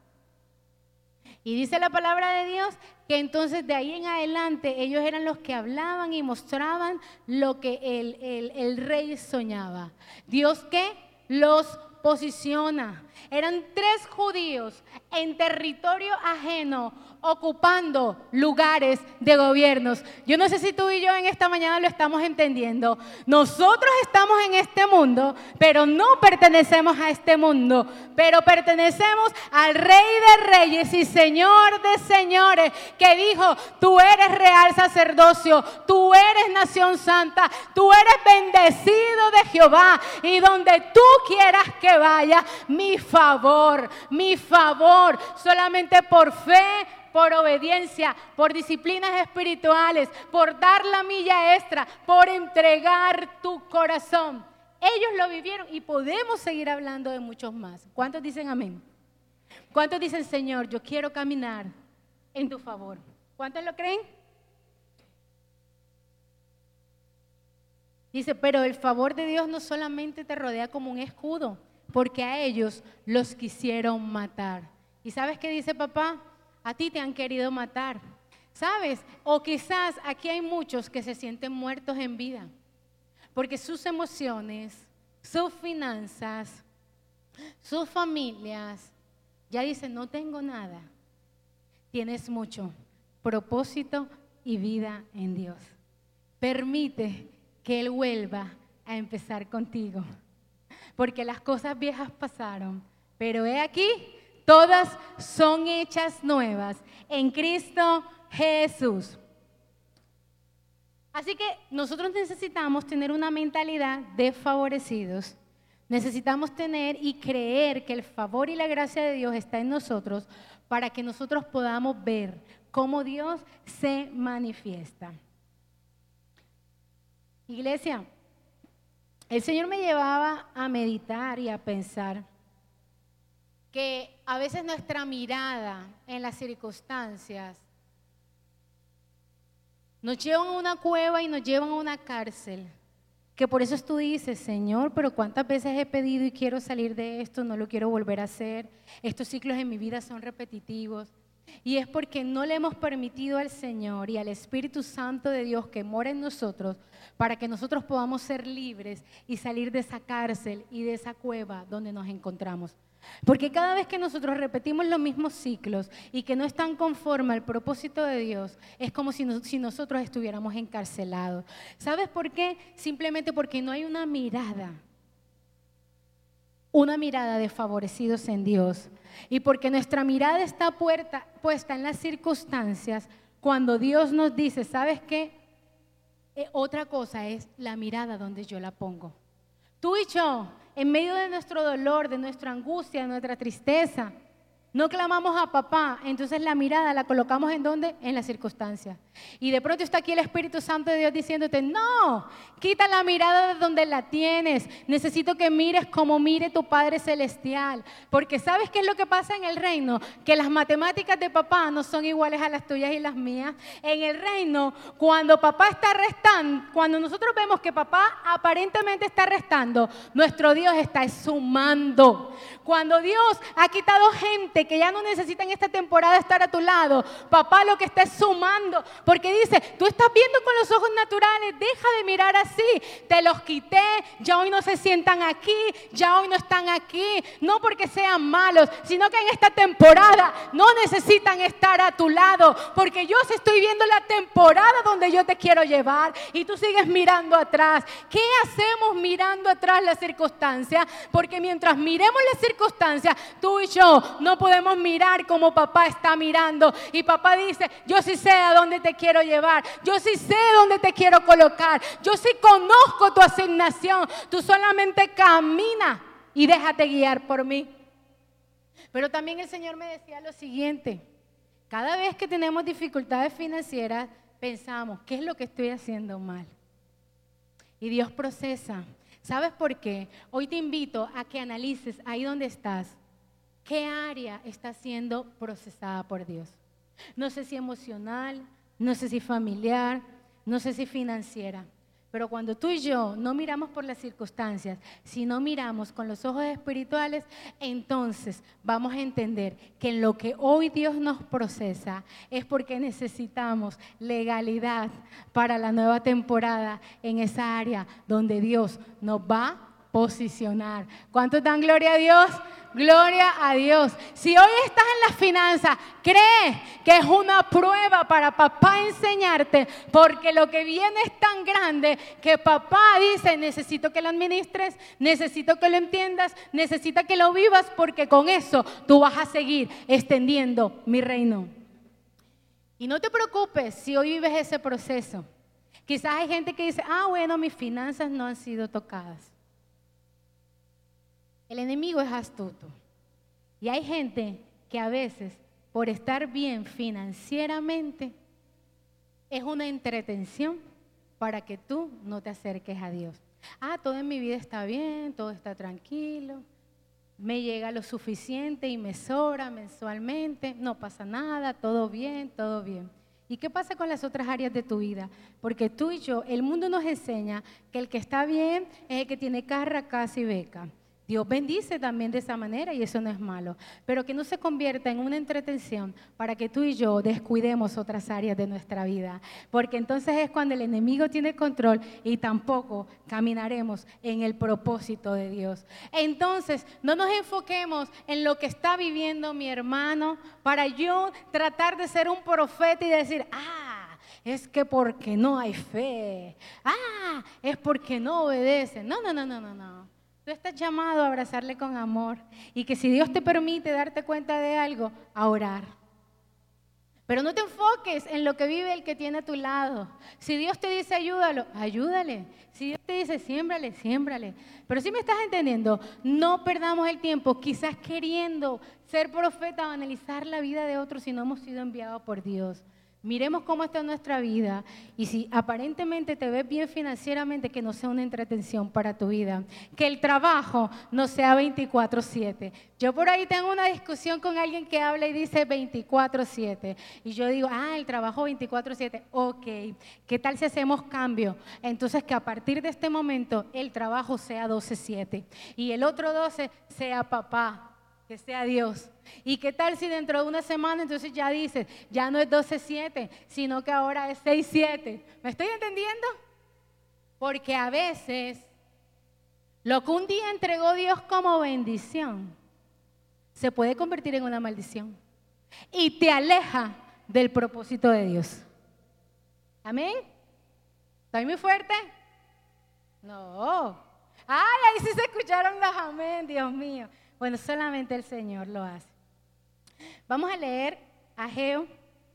Y dice la palabra de Dios que entonces de ahí en adelante ellos eran los que hablaban y mostraban lo que el rey soñaba. Dios que los posiciona. Eran 3 judíos en territorio ajeno ocupando lugares de gobiernos. Yo no sé si tú y yo en esta mañana lo estamos entendiendo. Nosotros estamos en este mundo, pero no pertenecemos a este mundo, pero pertenecemos al Rey de Reyes y Señor de Señores, que dijo, tú eres real sacerdocio, tú eres nación santa, tú eres bendecido de Jehová, y donde tú quieras que vaya, mi favor, solamente por fe, por obediencia, por disciplinas espirituales, por dar la milla extra, por entregar tu corazón. Ellos lo vivieron y podemos seguir hablando de muchos más. ¿Cuántos dicen amén? ¿Cuántos dicen, Señor, yo quiero caminar en tu favor? ¿Cuántos lo creen? Dice, pero el favor de Dios no solamente te rodea como un escudo, porque a ellos los quisieron matar. ¿Y sabes qué dice papá? A ti te han querido matar, ¿sabes? O quizás aquí hay muchos que se sienten muertos en vida, porque sus emociones, sus finanzas, sus familias, ya dicen, no tengo nada. Tienes mucho propósito y vida en Dios. Permite que Él vuelva a empezar contigo, porque las cosas viejas pasaron, pero he aquí, todas son hechas nuevas en Cristo Jesús. Así que nosotros necesitamos tener una mentalidad de favorecidos. Necesitamos tener y creer que el favor y la gracia de Dios está en nosotros para que nosotros podamos ver cómo Dios se manifiesta. Iglesia, el Señor me llevaba a meditar y a pensar que a veces nuestra mirada en las circunstancias nos llevan a una cueva y nos llevan a una cárcel, que por eso tú dices, Señor, pero cuántas veces he pedido y quiero salir de esto, no lo quiero volver a hacer, estos ciclos en mi vida son repetitivos. Y es porque no le hemos permitido al Señor y al Espíritu Santo de Dios que mora en nosotros para que nosotros podamos ser libres y salir de esa cárcel y de esa cueva donde nos encontramos. Porque cada vez que nosotros repetimos los mismos ciclos y que no están conforme al propósito de Dios, es como si nosotros estuviéramos encarcelados. ¿Sabes por qué? Simplemente porque no hay una mirada de favorecidos en Dios. Y porque nuestra mirada está puesta en las circunstancias, cuando Dios nos dice, ¿sabes qué? Otra cosa es la mirada donde yo la pongo. Tú y yo, en medio de nuestro dolor, de nuestra angustia, de nuestra tristeza, no clamamos a papá, entonces la mirada la colocamos ¿en dónde? En las circunstancias. Y de pronto está aquí el Espíritu Santo de Dios diciéndote, no, quita la mirada de donde la tienes. Necesito que mires como mire tu Padre Celestial. Porque ¿sabes qué es lo que pasa en el reino? Que las matemáticas de papá no son iguales a las tuyas y las mías. En el reino, cuando papá está restando, cuando nosotros vemos que papá aparentemente está restando, nuestro Dios está sumando. Cuando Dios ha quitado gente que ya no necesita en esta temporada estar a tu lado, papá lo que está es sumando, porque dice, tú estás viendo con los ojos naturales, deja de mirar así, te los quité, ya hoy no se sientan aquí, ya hoy no están aquí, no porque sean malos, sino que en esta temporada no necesitan estar a tu lado, porque yo sí estoy viendo la temporada donde yo te quiero llevar y tú sigues mirando atrás. ¿Qué hacemos mirando atrás las circunstancias? Porque mientras miremos las circunstancias, tú y yo no podemos mirar como papá está mirando. Y papá dice, yo sí sé a dónde te quiero llevar, yo sí sé dónde te quiero colocar, yo sí conozco tu asignación, tú solamente camina y déjate guiar por mí. Pero también el Señor me decía lo siguiente, cada vez que tenemos dificultades financieras, pensamos, ¿qué es lo que estoy haciendo mal? Y Dios procesa. ¿Sabes por qué? Hoy te invito a que analices ahí donde estás, ¿qué área está siendo procesada por Dios? No sé si emocional, no sé si familiar, no sé si financiera. Pero cuando tú y yo no miramos por las circunstancias, sino miramos con los ojos espirituales, entonces vamos a entender que en lo que hoy Dios nos procesa es porque necesitamos legalidad para la nueva temporada en esa área donde Dios nos va a posicionar. ¿Cuántos dan gloria a Dios? Gloria a Dios. Si hoy estás en las finanzas, cree que es una prueba para papá enseñarte, porque lo que viene es tan grande que papá dice, necesito que lo administres, necesito que lo entiendas, necesito que lo vivas, porque con eso tú vas a seguir extendiendo mi reino. Y no te preocupes si hoy vives ese proceso. Quizás hay gente que dice, bueno, mis finanzas no han sido tocadas. El enemigo es astuto y hay gente que a veces por estar bien financieramente es una entretención para que tú no te acerques a Dios. Todo en mi vida está bien, todo está tranquilo. me llega lo suficiente y me sobra mensualmente, no pasa nada, todo bien, todo bien. ¿Y qué pasa con las otras áreas de tu vida? Porque tú y yo, el mundo nos enseña que el que está bien es el que tiene carro, casa y beca. Dios bendice también de esa manera y eso no es malo, pero que no se convierta en una entretención para que tú y yo descuidemos otras áreas de nuestra vida, porque entonces es cuando el enemigo tiene control y tampoco caminaremos en el propósito de Dios. Entonces, no nos enfoquemos en lo que está viviendo mi hermano para yo tratar de ser un profeta y decir, es que porque no hay fe, es porque no obedece. No, no, no, no, no, no. Tú estás llamado a abrazarle con amor y que si Dios te permite darte cuenta de algo, a orar. Pero no te enfoques en lo que vive el que tiene a tu lado. Si Dios te dice ayúdalo, ayúdale. Si Dios te dice siémbrale, siémbrale. Pero si me estás entendiendo, no perdamos el tiempo quizás queriendo ser profeta o analizar la vida de otros si no hemos sido enviados por Dios. Miremos cómo está nuestra vida y si aparentemente te ves bien financieramente, que no sea una entretención para tu vida, que el trabajo no sea 24/7. Yo por ahí tengo una discusión con alguien que habla y dice 24/7 y yo digo, el trabajo 24/7, ok, ¿qué tal si hacemos cambio? Entonces que a partir de este momento el trabajo sea 12/7 y el otro 12 sea papá. Que sea Dios. ¿Y qué tal si dentro de una semana entonces ya dices, ya no es 12/7, sino que ahora es 6/7? ¿Me estoy entendiendo? Porque a veces lo que un día entregó Dios como bendición se puede convertir en una maldición y te aleja del propósito de Dios. ¿Amén? ¿Estoy muy fuerte? No. Ahí sí se escucharon los amén, Dios mío. Bueno, solamente el Señor lo hace. Vamos a leer Ageo.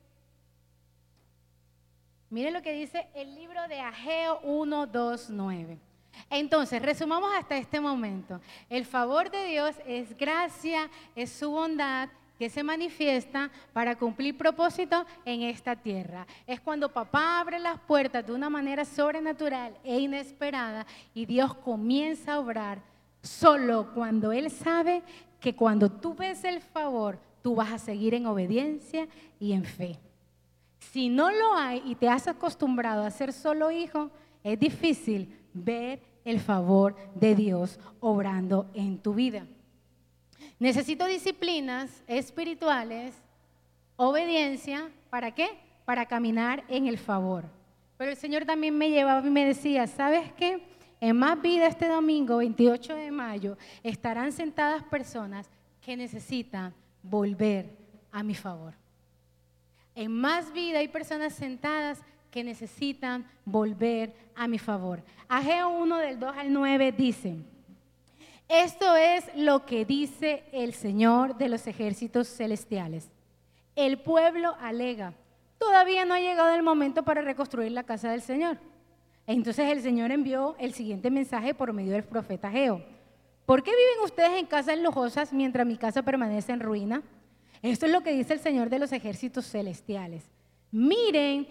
Miren lo que dice el libro de Ageo 1, 2, 9. Entonces, resumamos hasta este momento. El favor de Dios es gracia, es su bondad que se manifiesta para cumplir propósito en esta tierra. Es cuando papá abre las puertas de una manera sobrenatural e inesperada y Dios comienza a obrar solo cuando Él sabe que cuando tú ves el favor, tú vas a seguir en obediencia y en fe. Si no lo hay y te has acostumbrado a ser solo hijo, es difícil ver el favor de Dios obrando en tu vida. Necesito disciplinas espirituales, obediencia, ¿para qué? Para caminar en el favor. Pero el Señor también me llevaba y me decía, ¿sabes qué? En Más Vida este domingo, 28 de mayo, estarán sentadas personas que necesitan volver a mi favor. En Más Vida hay personas sentadas que necesitan volver a mi favor. Ageo 1 del 2 al 9 dice, esto es lo que dice el Señor de los ejércitos celestiales. El pueblo alega, todavía no ha llegado el momento para reconstruir la casa del Señor. Entonces el Señor envió el siguiente mensaje por medio del profeta Ageo. ¿Por qué viven ustedes en casas lujosas mientras mi casa permanece en ruina? Esto es lo que dice el Señor de los ejércitos celestiales. Miren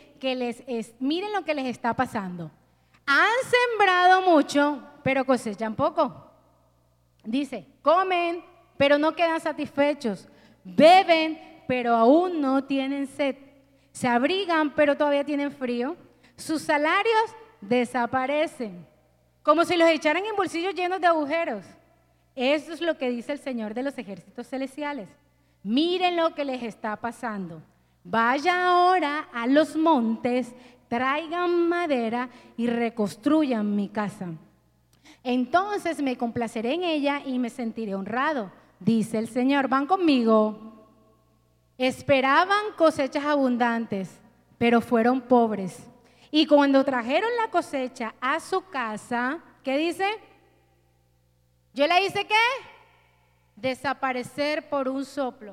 lo que les está pasando. Han sembrado mucho, pero cosechan poco. Dice, comen, pero no quedan satisfechos. Beben, pero aún no tienen sed. Se abrigan, pero todavía tienen frío. Sus salarios desaparecen, como si los echaran en bolsillos llenos de agujeros. Eso es lo que dice el Señor de los ejércitos celestiales. Miren lo que les está pasando. Vaya ahora a los montes, traigan madera y reconstruyan mi casa. Entonces me complaceré en ella y me sentiré honrado, dice el Señor. ¿Van conmigo? Esperaban cosechas abundantes, pero fueron pobres. Y cuando trajeron la cosecha a su casa, ¿qué dice? ¿Yo la hice qué? Desaparecer por un soplo.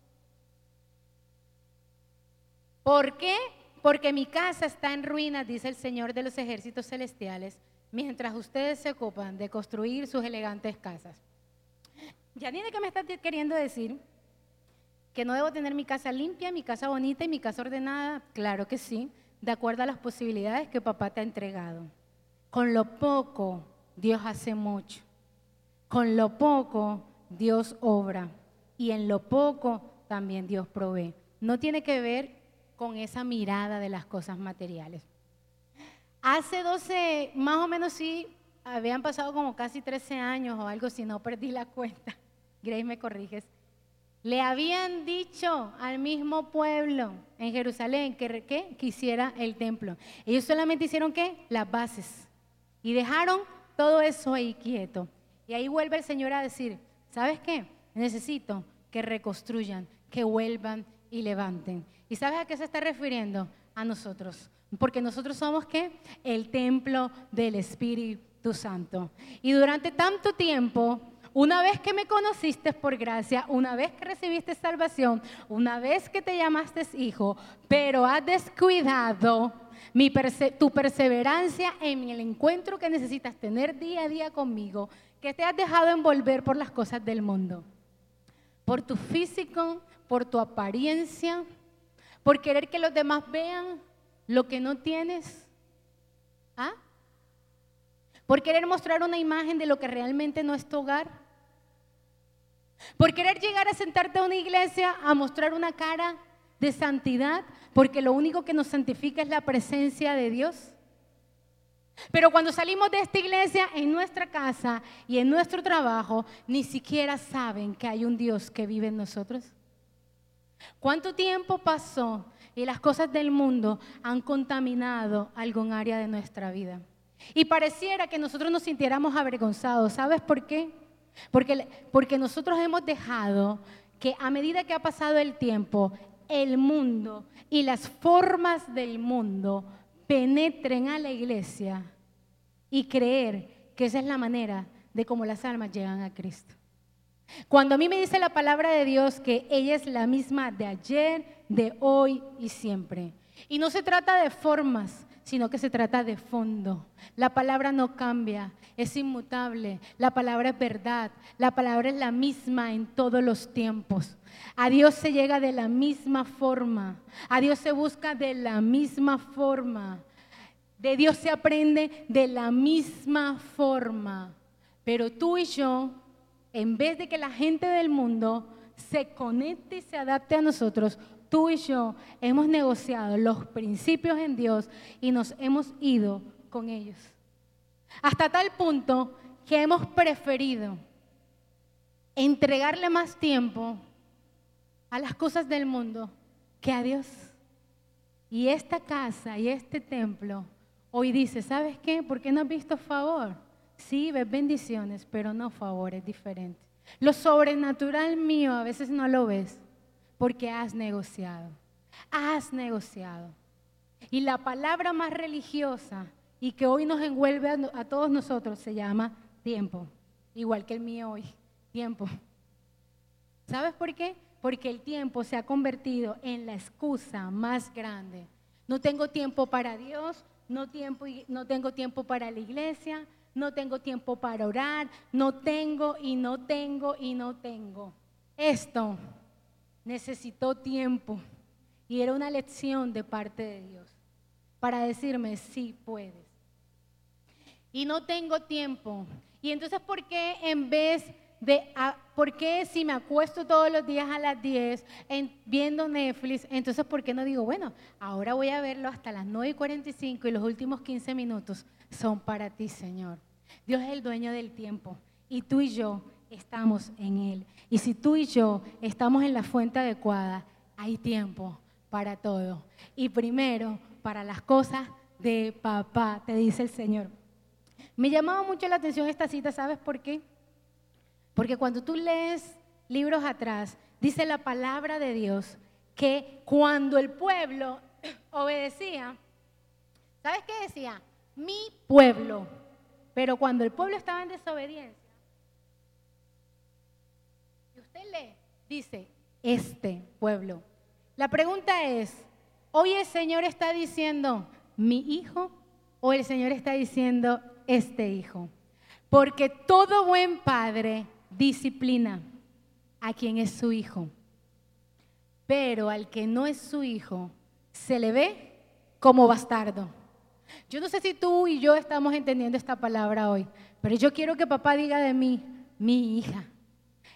¿Por qué? Porque mi casa está en ruinas, dice el Señor de los ejércitos celestiales, mientras ustedes se ocupan de construir sus elegantes casas. Janine, ¿qué me estás queriendo decir? ¿Que no debo tener mi casa limpia, mi casa bonita y mi casa ordenada? Claro que sí, de acuerdo a las posibilidades que papá te ha entregado. Con lo poco, Dios hace mucho. Con lo poco, Dios obra y en lo poco también Dios provee. No tiene que ver con esa mirada de las cosas materiales. Hace 12, más o menos sí, habían pasado como casi 13 años o algo, si no perdí la cuenta. Grace, me corriges. Le habían dicho al mismo pueblo en Jerusalén que hiciera el templo. Ellos solamente hicieron ¿qué? Las bases. Y dejaron todo eso ahí quieto. Y ahí vuelve el Señor a decir, ¿sabes qué? Necesito que reconstruyan, que vuelvan y levanten. ¿Y sabes a qué se está refiriendo? A nosotros. Porque nosotros somos ¿qué? El templo del Espíritu Santo. Y durante tanto tiempo, una vez que me conociste por gracia, una vez que recibiste salvación, una vez que te llamaste hijo, pero has descuidado tu perseverancia en el encuentro que necesitas tener día a día conmigo, que te has dejado envolver por las cosas del mundo, por tu físico, por tu apariencia, por querer que los demás vean lo que no tienes, ¿ah? Por querer mostrar una imagen de lo que realmente no es tu hogar. Por querer llegar a sentarte a una iglesia a mostrar una cara de santidad, porque lo único que nos santifica es la presencia de Dios. Pero cuando salimos de esta iglesia, en nuestra casa y en nuestro trabajo, ni siquiera saben que hay un Dios que vive en nosotros. ¿Cuánto tiempo pasó y las cosas del mundo han contaminado algún área de nuestra vida? Y pareciera que nosotros nos sintiéramos avergonzados. ¿Sabes por qué? Porque nosotros hemos dejado que a medida que ha pasado el tiempo, el mundo y las formas del mundo penetren a la iglesia y creer que esa es la manera de cómo las almas llegan a Cristo. Cuando a mí me dice la palabra de Dios que ella es la misma de ayer, de hoy y siempre. Y no se trata de formas, sino que se trata de fondo. La palabra no cambia, es inmutable. La palabra es verdad. La palabra es la misma en todos los tiempos. A Dios se llega de la misma forma. A Dios se busca de la misma forma. De Dios se aprende de la misma forma. Pero tú y yo, en vez de que la gente del mundo se conecte y se adapte a nosotros, tú y yo hemos negociado los principios en Dios y nos hemos ido con ellos. Hasta tal punto que hemos preferido entregarle más tiempo a las cosas del mundo que a Dios. Y esta casa y este templo hoy dice, ¿sabes qué? ¿Por qué no has visto favor? Sí, ves bendiciones, pero no favor, es diferente. Lo sobrenatural mío a veces no lo ves porque has negociado. Has negociado. Y la palabra más religiosa y que hoy nos envuelve a todos nosotros se llama tiempo. Igual que el mío hoy, tiempo. ¿Sabes por qué? Porque el tiempo se ha convertido en la excusa más grande. No tengo tiempo para Dios, no tengo tiempo para la iglesia, no tengo tiempo para orar, no tengo. Esto necesitó tiempo y era una lección de parte de Dios para decirme, sí puedes. Y no tengo tiempo. Y entonces, ¿por qué si me acuesto todos los días a las 10 viendo Netflix, entonces ¿por qué no digo, bueno, ahora voy a verlo hasta las 9:45 y los últimos 15 minutos son para ti, Señor? Dios es el dueño del tiempo y tú y yo estamos en Él. Y si tú y yo estamos en la fuente adecuada, hay tiempo para todo. Y primero, para las cosas de papá, te dice el Señor. Me llamaba mucho la atención esta cita, ¿sabes por qué? Porque cuando tú lees libros atrás, dice la palabra de Dios que cuando el pueblo obedecía, ¿sabes qué decía? Mi pueblo. Pero cuando el pueblo estaba en desobediencia, y usted lee, dice, este pueblo. La pregunta es, ¿hoy el Señor está diciendo mi hijo o el Señor está diciendo este hijo? Porque todo buen padre disciplina a quien es su hijo, pero al que no es su hijo se le ve como bastardo. Yo no sé si tú y yo estamos entendiendo esta palabra hoy, pero yo quiero que papá diga de mí, mi hija.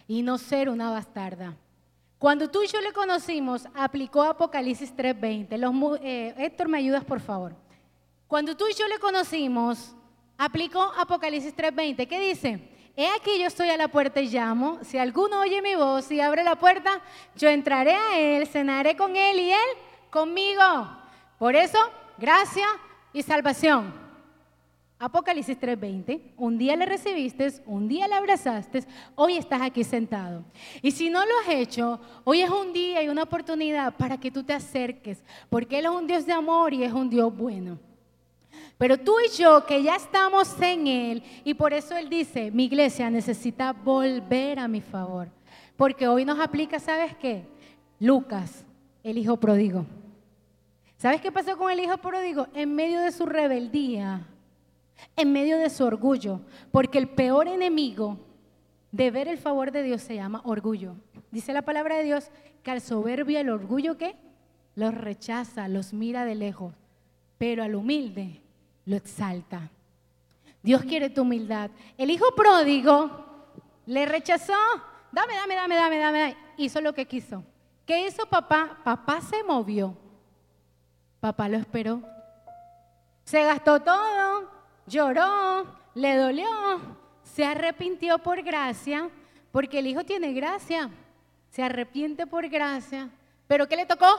y no ser una bastarda. Cuando tú y yo le conocimos, aplicó Apocalipsis 3:20. Héctor, ¿me ayudas, por favor? Cuando tú y yo le conocimos, aplicó Apocalipsis 3:20. ¿Qué dice? He aquí yo estoy a la puerta y llamo. Si alguno oye mi voz y abre la puerta, yo entraré a él, cenaré con él y él conmigo. Por eso, gracia y salvación. Apocalipsis 3:20, un día le recibiste, un día le abrazaste, hoy estás aquí sentado. Y si no lo has hecho, hoy es un día y una oportunidad para que tú te acerques, porque Él es un Dios de amor y es un Dios bueno. Pero tú y yo que ya estamos en Él, y por eso Él dice, mi iglesia necesita volver a mi favor, porque hoy nos aplica, ¿sabes qué? Lucas, el hijo pródigo. ¿Sabes qué pasó con el hijo pródigo? En medio de su rebeldía, en medio de su orgullo, porque el peor enemigo de ver el favor de Dios se llama orgullo. Dice la palabra de Dios que al soberbio y al orgullo, ¿qué? Los rechaza, los mira de lejos, pero al humilde lo exalta. Dios quiere tu humildad. El hijo pródigo le rechazó. Dame. Hizo lo que quiso. ¿Qué hizo papá? Papá se movió. Papá lo esperó. Se gastó todo, lloró, le dolió, se arrepintió por gracia, porque el hijo tiene gracia. Se arrepiente por gracia. ¿Pero qué le tocó?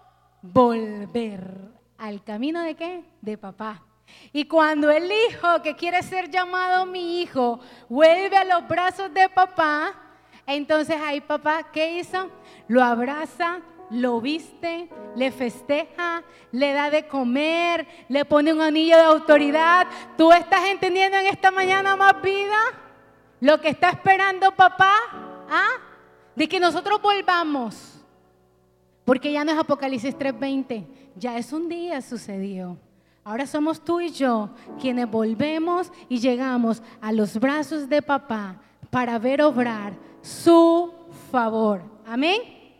Volver al camino de ¿qué? De papá. Y cuando el hijo que quiere ser llamado mi hijo vuelve a los brazos de papá, entonces ahí papá, ¿qué hizo? Lo abraza, lo viste, le festeja, le da de comer, le pone un anillo de autoridad. ¿Tú estás entendiendo en esta mañana más vida lo que está esperando papá? ¿Ah? De que nosotros volvamos. Porque ya no es Apocalipsis 3:20, ya es un día sucedió. Ahora somos tú y yo quienes volvemos y llegamos a los brazos de papá para ver obrar su favor. Amén.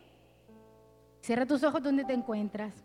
Cierra tus ojos donde te encuentras.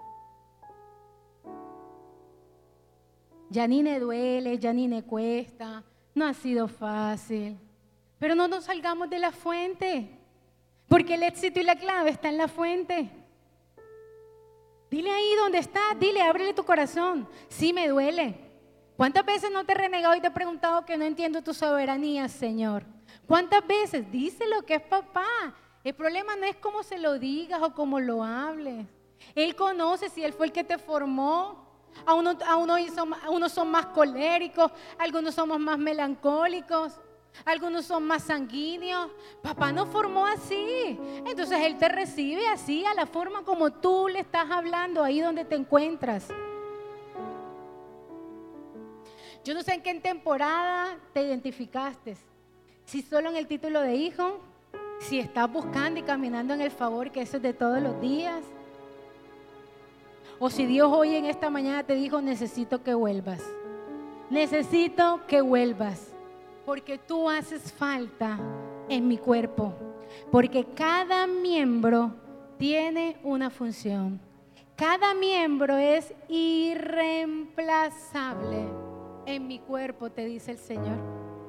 Ya ni me duele, ya ni me cuesta, no ha sido fácil. Pero no nos salgamos de la fuente, porque el éxito y la clave está en la fuente. Dile ahí donde está, dile, ábrele tu corazón. Sí me duele. ¿Cuántas veces no te he renegado y te he preguntado que no entiendo tu soberanía, Señor? ¿Cuántas veces? Díselo que es papá. El problema no es cómo se lo digas o cómo lo hables. Él conoce si Él fue el que te formó. Unos son más coléricos, algunos somos más melancólicos, algunos son más sanguíneos. Papá nos formó así. Entonces Él te recibe así, a la forma como tú le estás hablando, ahí donde te encuentras. Yo no sé en qué temporada te identificaste. Si solo en el título de hijo, si estás buscando y caminando en el favor, que eso es de todos los días. O si Dios hoy en esta mañana te dijo, necesito que vuelvas. Necesito que vuelvas. Porque tú haces falta en mi cuerpo. Porque cada miembro tiene una función. Cada miembro es irreemplazable en mi cuerpo, te dice el Señor.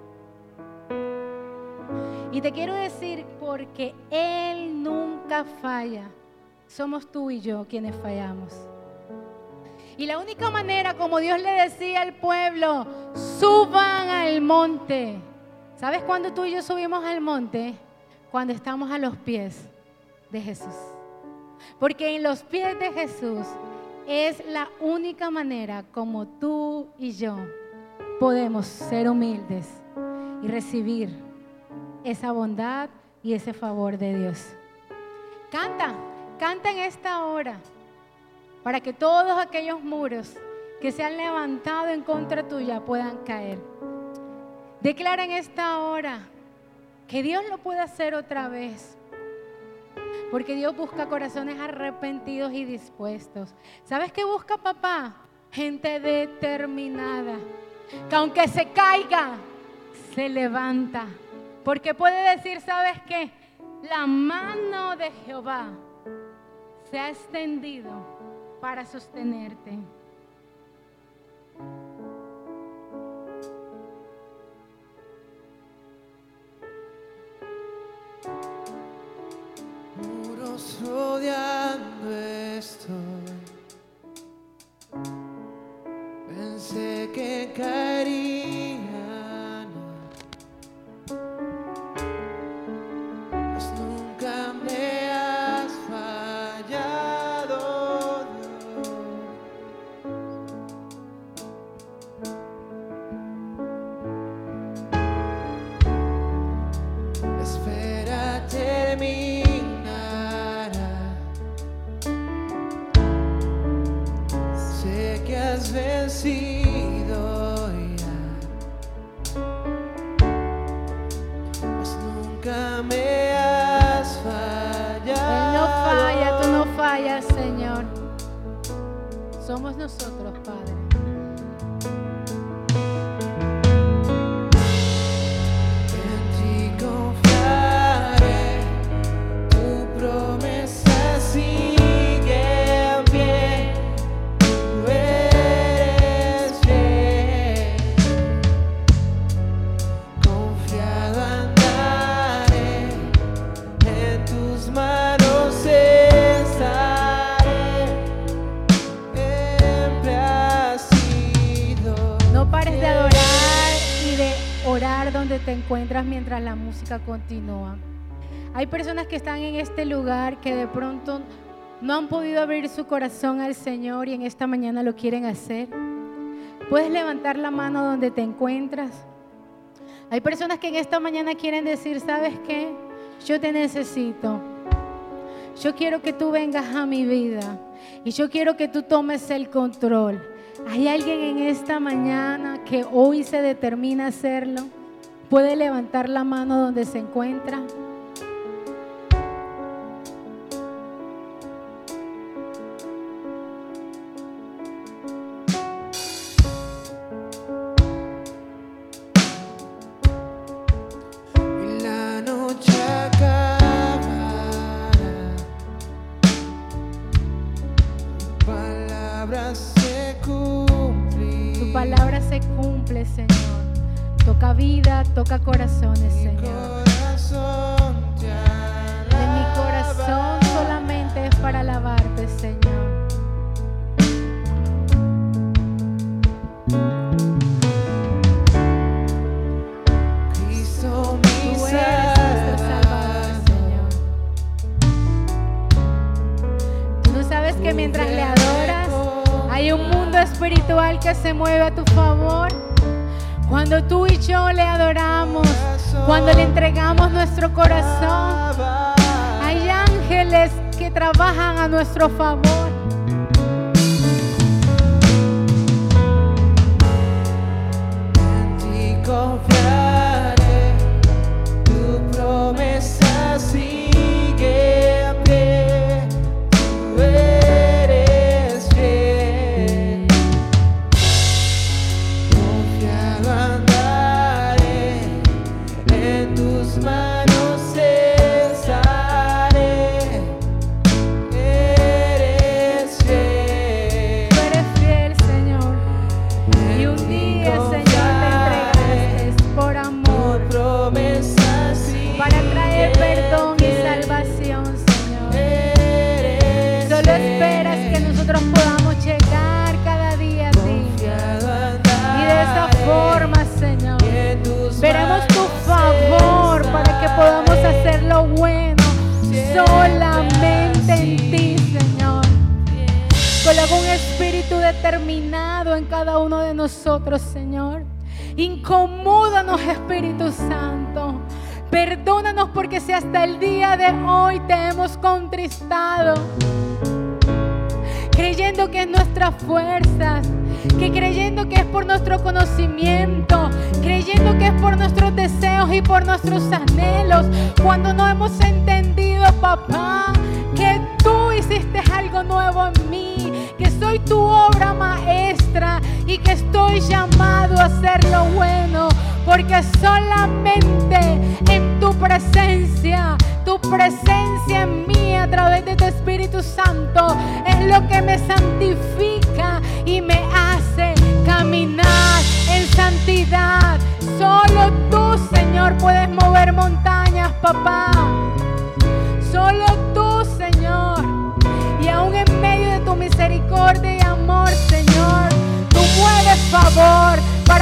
Y te quiero decir, porque Él nunca falla. Somos tú y yo quienes fallamos. Y la única manera, como Dios le decía al pueblo, suban al monte. ¿Sabes cuándo tú y yo subimos al monte? Cuando estamos a los pies de Jesús. Porque en los pies de Jesús es la única manera como tú y yo podemos ser humildes y recibir esa bondad y ese favor de Dios. Canta en esta hora, para que todos aquellos muros que se han levantado en contra tuya puedan caer. Declara en esta hora que Dios lo puede hacer otra vez, porque Dios busca corazones arrepentidos y dispuestos. ¿Sabes qué busca papá? Gente determinada, que aunque se caiga, se levanta, porque puede decir, ¿sabes qué? La mano de Jehová se ha extendido para sostenerte. caerían, mas nunca me has fallado, Dios. La espera terminará. Sé que has vencido ya, mas nunca me has fallado. Él no falla, tú no fallas, Señor. Somos nosotros, Padre. En ti confiaré, tu promesa sigue en pie. Tú eres fiel, confiado andaré, en tus manos estaré, siempre has sido. No pares de fiel. adorar y de orar donde te encuentras mientras la música continúa. Hay personas que están en este lugar que de pronto no han podido abrir su corazón al Señor y en esta mañana lo quieren hacer. Puedes levantar la mano donde te encuentras. Hay personas que en esta mañana quieren decir, ¿sabes qué? Yo te necesito. Yo quiero que tú vengas a mi vida y yo quiero que tú tomes el control. ¿Hay alguien en esta mañana que hoy se determina a hacerlo? ¿Puede levantar la mano donde se encuentra? Y la noche acabará, tu palabra se cumplirá. Tu palabra se cumple, Señor. Toca vida, toca corazones, Mi Señor. corazón te De mi corazón solamente es para alabarte, Señor. Cristo Tú mi eres nuestro Salvador, Señor. Tú no sabes que mientras le adoras hay un mundo espiritual que se mueve a tu favor. Cuando tú y yo le adoramos, cuando le entregamos nuestro corazón, hay ángeles que trabajan a nuestro favor. En ti confiaré, tu promesa sigue en pie. Tú eres fiel, confiado andaré, en tus manos estaré. Eres fiel. Tú eres fiel, Señor. Y un día, Señor, te entregaste por amor, Promesa sigue para traer perdón y salvación, Señor. Solo esperas que nosotros podamos llegar cada día a ti. Y de esa forma, Señor, veremos tu favor para que podamos hacer lo bueno solamente en ti, Señor. Coloca un espíritu determinado en cada uno de nosotros, Señor. Incomódanos, Espíritu Santo. Perdónanos porque si hasta el día de hoy te hemos contristado, creyendo que es nuestras fuerzas, que creyendo que es por nuestro conocimiento, creyendo que es por nuestros deseos y por nuestros anhelos, cuando no hemos entendido, papá, que tú hiciste algo nuevo en mí, que soy tu obra maestra y que estoy llamado a hacer lo bueno, porque solamente en tu presencia en mí a través de tu Espíritu Santo es lo que me santifica y me hace caminar en santidad. Solo tú, Señor, puedes mover montañas, papá. Solo tú, Señor. Y aún en medio de tu misericordia y amor, Señor, tú mueves favor para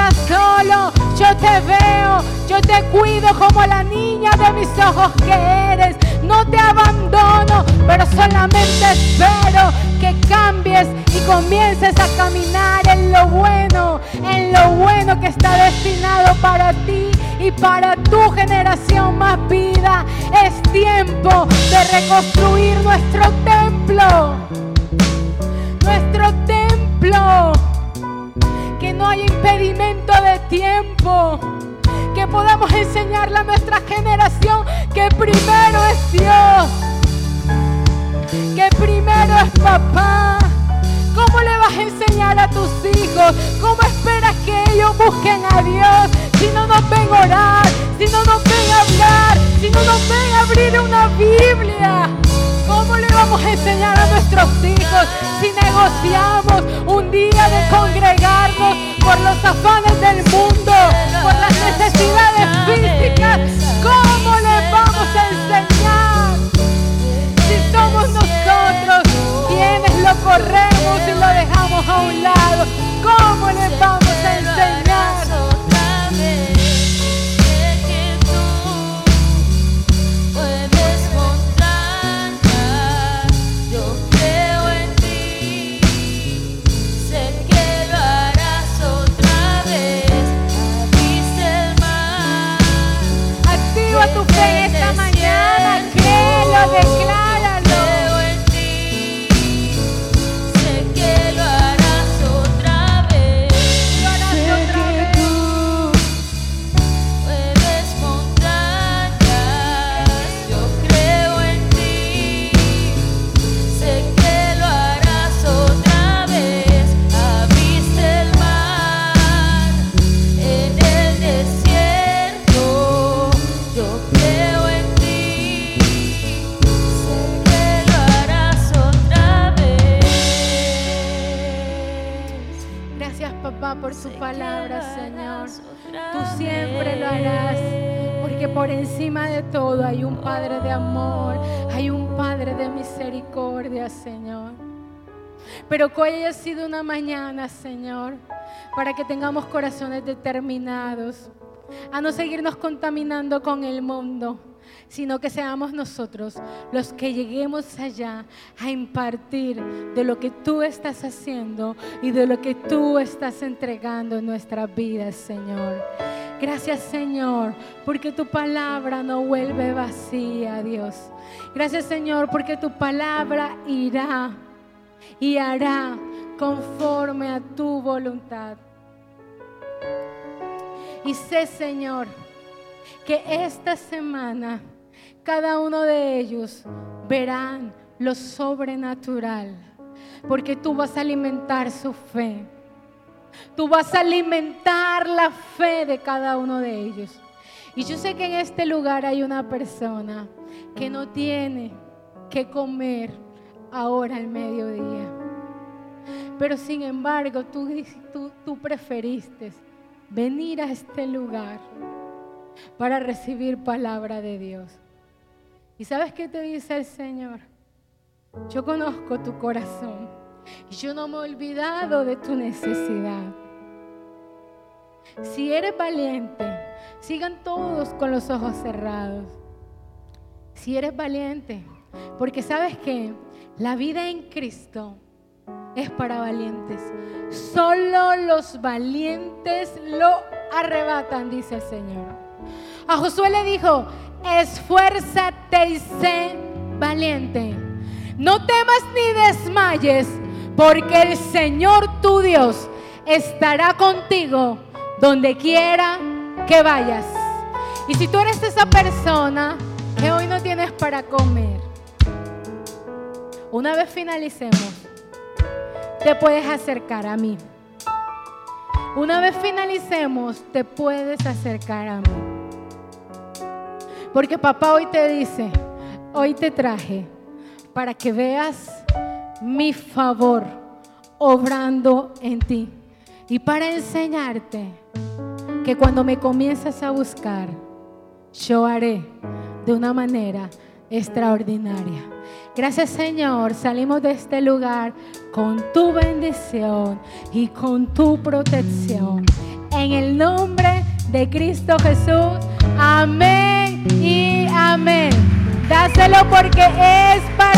estás solo, yo te veo, yo te cuido como la niña de mis ojos que eres. No te abandono, pero solamente espero que cambies y comiences a caminar en lo bueno que está destinado para ti y para tu generación más vida. Es tiempo de reconstruir nuestro templo. Que no haya impedimento de tiempo. Que podamos enseñarle a nuestra generación que primero es Dios, que primero es papá. ¿Cómo le vas a enseñar a tus hijos? ¿Cómo esperas que ellos busquen a Dios si no nos ven orar, si no nos ven hablar, si no nos ven abrir una Biblia? ¿Cómo le vamos a enseñar a nuestros hijos si negociamos un día de congregarnos por los afanes del mundo, por las necesidades físicas? ¿Cómo les vamos a enseñar si somos nosotros quienes lo corremos y lo dejamos a un lado? ¿Cómo les vamos a enseñar? Tu fe esta mañana, créelo, decláralo. Creo en ti, sé que lo harás otra vez. Lo harás otra vez. Tú mueves montañas, yo creo en ti, sé que lo harás otra vez. Abriste el mar en el desierto. Yo creo en ti, sé que lo harás otra vez. Gracias, papá, por tu palabra, Señor. Tú Tú siempre lo harás, porque por encima de todo hay un Padre de amor, hay un Padre de misericordia, Señor. Pero que hoy haya sido una mañana, Señor, para que tengamos corazones determinados a no seguirnos contaminando con el mundo, sino que seamos nosotros los que lleguemos allá a impartir de lo que tú estás haciendo y de lo que tú estás entregando en nuestras vidas, Señor. Gracias, Señor, porque tu palabra no vuelve vacía, Dios. Gracias, Señor, porque tu palabra irá y hará conforme a tu voluntad. Y sé, Señor, que esta semana cada uno de ellos verán lo sobrenatural, porque tú vas a alimentar su fe. Tú vas a alimentar la fe de cada uno de ellos. Y yo sé que en este lugar hay una persona que no tiene que comer ahora al mediodía. Pero sin embargo, tú preferiste venir a este lugar para recibir palabra de Dios. ¿Y sabes qué te dice el Señor? Yo conozco tu corazón y yo no me he olvidado de tu necesidad. Si eres valiente, sigan todos con los ojos cerrados. Si eres valiente, porque sabes que la vida en Cristo es para valientes. Solo los valientes lo arrebatan, dice el Señor. A Josué le dijo: esfuérzate y sé valiente. No temas ni desmayes, porque el Señor tu Dios estará contigo donde quiera que vayas. Y si tú eres esa persona que hoy no tienes para comer, una vez finalicemos, te puedes acercar a mí. Una vez finalicemos, te puedes acercar a mí. Porque papá hoy te dice, hoy te traje para que veas mi favor obrando en ti. Y para enseñarte que cuando me comienzas a buscar, yo haré de una manera extraordinaria. Gracias, Señor, salimos de este lugar con tu bendición y con tu protección. en el nombre de Cristo Jesús. Amén y amén. Dáselo porque es para